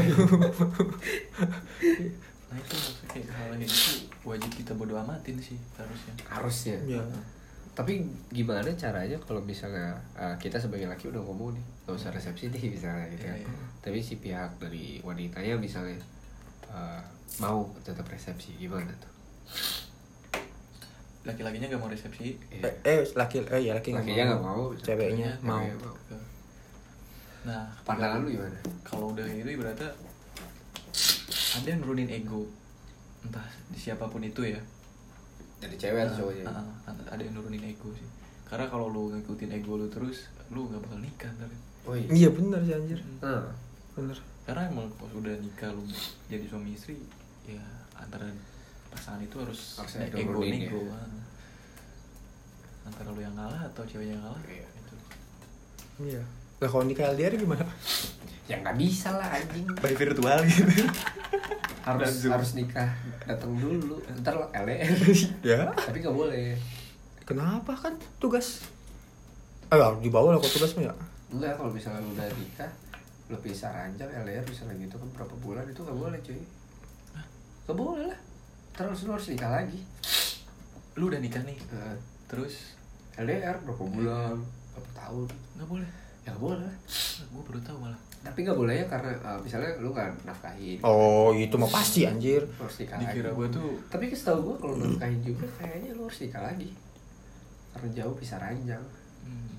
Nah itu maksudnya kayak hal kayak gitu wajib kita bodo amatin sih harusnya. Harusnya. Iya. Tapi gimana caranya kalau misalnya uh, kita sebagai laki udah ngomong nih, gak usah resepsi nih misalnya gitu kan. Iya, iya. Tapi si pihak dari wanitanya misalnya uh, mau tetap resepsi, gimana tuh? Laki-lakinya gak mau resepsi. Iya. Eh, eh laki eh ya laki Lakinya nggak mau, ceweknya mau. ceweknya mau. Nah, Pandangan lu gimana? kalau udah gitu ibaratnya ada yang nurunin ego, entah siapapun itu ya. Dari cewek atau cowoknya? Ah, ah, ah, ada yang nurunin ego sih. Karena kalau lu ngikutin ego lu terus, lu gak bakal nikah ntar. Oh iya. Iya bener sih anjir. Hmm. Bener. Karena emang pas udah nikah lu jadi suami istri, ya antara pasangan itu harus, Harus ada ego nurunin nego. ya. ah. Antara lu yang ngalah atau ceweknya yang ngalah. Iya. Gitu. Iya. Lah kalau nikah L D R gimana? Ya nggak bisa lah anjing. By virtual gitu. Harus Zoom. harus nikah datang dulu. Ntar L D R. Ya. Tapi nggak boleh. Kenapa kan tugas? Eh harus dibawa lah kalau tugas mah ya. Enggak, kalau misalnya lu udah nikah, lu pisah ranjang L D R misalnya gitu kan berapa bulan itu nggak boleh cuy. Nggak boleh lah. Terus lu harus nikah lagi. Lu udah nikah nih, Nah, terus L D R berapa bulan, berapa tahun? nggak boleh. Ya nggak boleh lah. Gue baru tahu malah. Tapi nggak boleh ya karena uh, misalnya lu nggak nafkahin. Oh itu mah pasti anjir. Lu harus nikah lagi. Dikira gue tuh Tapi setahu gue kalau nafkahin juga kayaknya lu harus nikah lagi. Karena jauh pisah ranjang. hmm,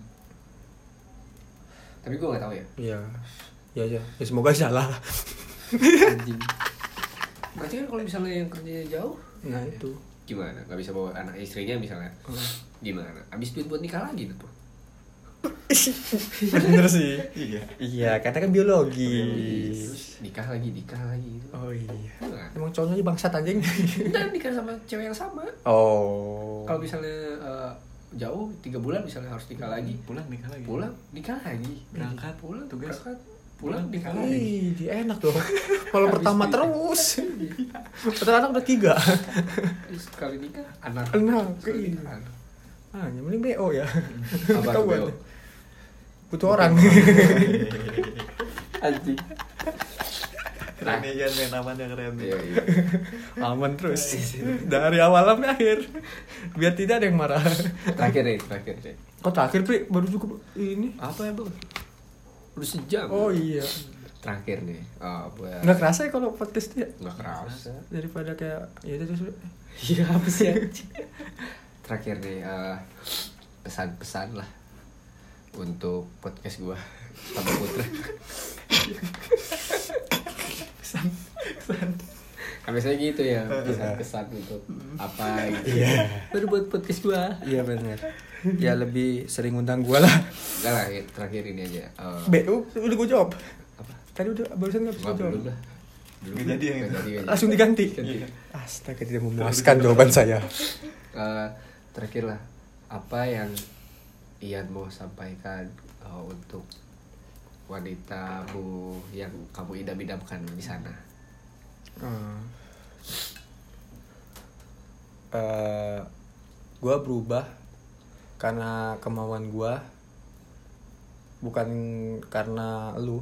Tapi gue nggak tahu ya. Iya. Ya ya. Ya semoga salah. Anjing. Berarti kan kalau misalnya yang kerjanya jauh, Nah itu. gimana? Gak bisa bawa anak istrinya misalnya? Gimana? Abis duit buat nikah lagi tuh. Bener sih. iya. Iya, karena kan biologi. Terus nikah lagi, nikah lagi gitu. Oh iya. Enggak. Emang cowoknya bangsat anjing. Udah nikah sama cewek yang sama. Oh. Kalau misalnya uh, jauh tiga bulan misalnya harus nikah lagi. Pulang nikah lagi. Pulang nikah lagi. Berangkat, pulang tugas. berangkat, pulang Pulang, nikah nikah lagi. Ih, enak dong. Kalau Habis pertama duit. terus. Padahal anak udah tiga. Terus sekali nikah anak. Anak, Sekali iya. nikah. Ah, yang mending B O ya. Apa Tahu tuh, kan? Bel? Butuh orang. Anjing. Keren nih kan main amannya keren. Iya, iya. Aman terus. Dari awal sampai akhir. Biar tidak ada yang marah. Terakhir nih, terakhir deh. Kok terakhir, Pri? Baru cukup ini. Apa ya, Bang? Udah sejam. Oh iya. Terakhir nih. Oh, buat Nggak kerasa ya kalau podcast dia? Nggak kerasa. Daripada kayak ya itu terus. Iya, apa sih? Terakhir nih eh, pesan-pesan lah untuk podcast gua sama Putra. Kesan. Kesan. Kan biasanya gitu ya, kesan-kesan untuk apa gitu. Iya. Baru buat podcast gua. Iya benar. Ya lebih sering undang gua lah. Enggak lah, terakhir ini aja. Eh, B U udah gua jawab. apa? Tadi udah barusan nggak bisa Nggak, gua jawab. belum lah. Belum. Nggak jadi yang Nggak itu. jadi, nggak jadi. Langsung diganti. Ganti. Astaga tidak memuaskan jawaban saya. Eh, terakhir lah, apa yang Ian mau sampaikan eh, untuk wanitamu yang kamu idam-idamkan di sana? Hmm. Uh, gue berubah karena kemauan gua, bukan karena lu.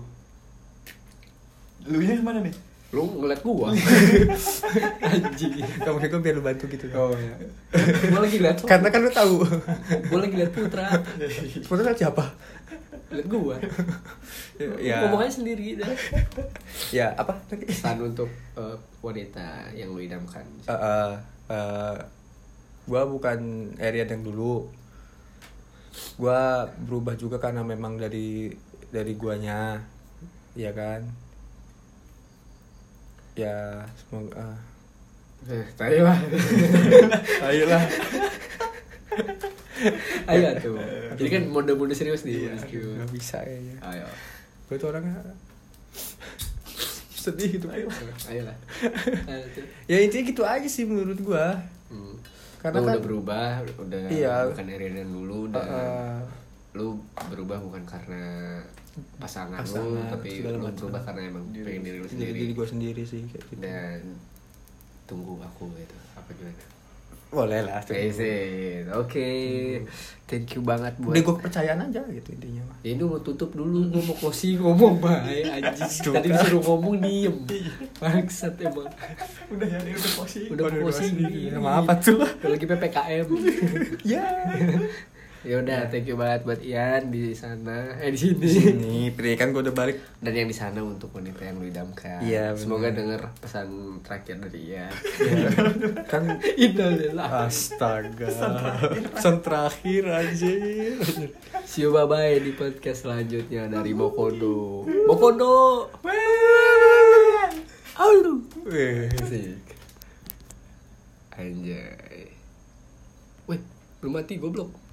Lu nya kemana nih? Lu ngeliat gua. Anjing. Kamu kayak gua biar lu bantu gitu. Oh iya. Gua lagi liat. Karena kan lu tahu. Gua lagi liat Putra. Sebenarnya siapa? Liat gua. Ya. Ngomong aja sendiri dah. Ya apa tadi? Pesan untuk uh, wanita yang lu idamkan. Uh, uh, uh, gua bukan Erian yang dulu. Gua berubah juga karena memang dari dari guanya, ya kan. Ya semoga. Uh. Eh, ayolah. Ayolah. Ayo tuh. Jadi kan mode-mode serius nih. Iya, nggak bisa kayaknya. Ayo. Gue tuh orangnya sedih gitu. Ayo. Ayolah. Ayo tuh. Ya intinya gitu aja sih menurut gua. Hmm. Karena lu kan udah berubah, udah iya. bukan Erian yang dulu, dan uh, lu berubah bukan karena pasangan, Pasangan, lu, tapi segala lu macam. berubah karena emang pengen diri lu jadi sendiri. diri gua sendiri sih kayak gitu. Dan tunggu aku gitu. Apa gimana? Boleh lah. Oke, okay. Thank you banget buat. Udah gua kepercayaan aja gitu intinya mah. Ya ini mau tutup dulu, gua mau closing ngomong baik anjing. Tadi disuruh ngomong diem. Bangsat emang. Udah ya, dia udah posisi. Udah closing. Sama apa tuh? Lagi P P K M. Ya. Ya udah, thank you banget buat Ian di sana, eh di sini. Sini, pernikahan gua udah balik. Dan yang di sana untuk wanita yang lu idamkan. Iya, bener. Semoga denger pesan terakhir dari Ian. Ya. Kan Innalillah. astaga. Pesan terakhir anjir. See you bye bye di podcast selanjutnya dari Bokondo. Bokondo. Halo. Weh. Asik. Anjay. Wih, belum mati goblok.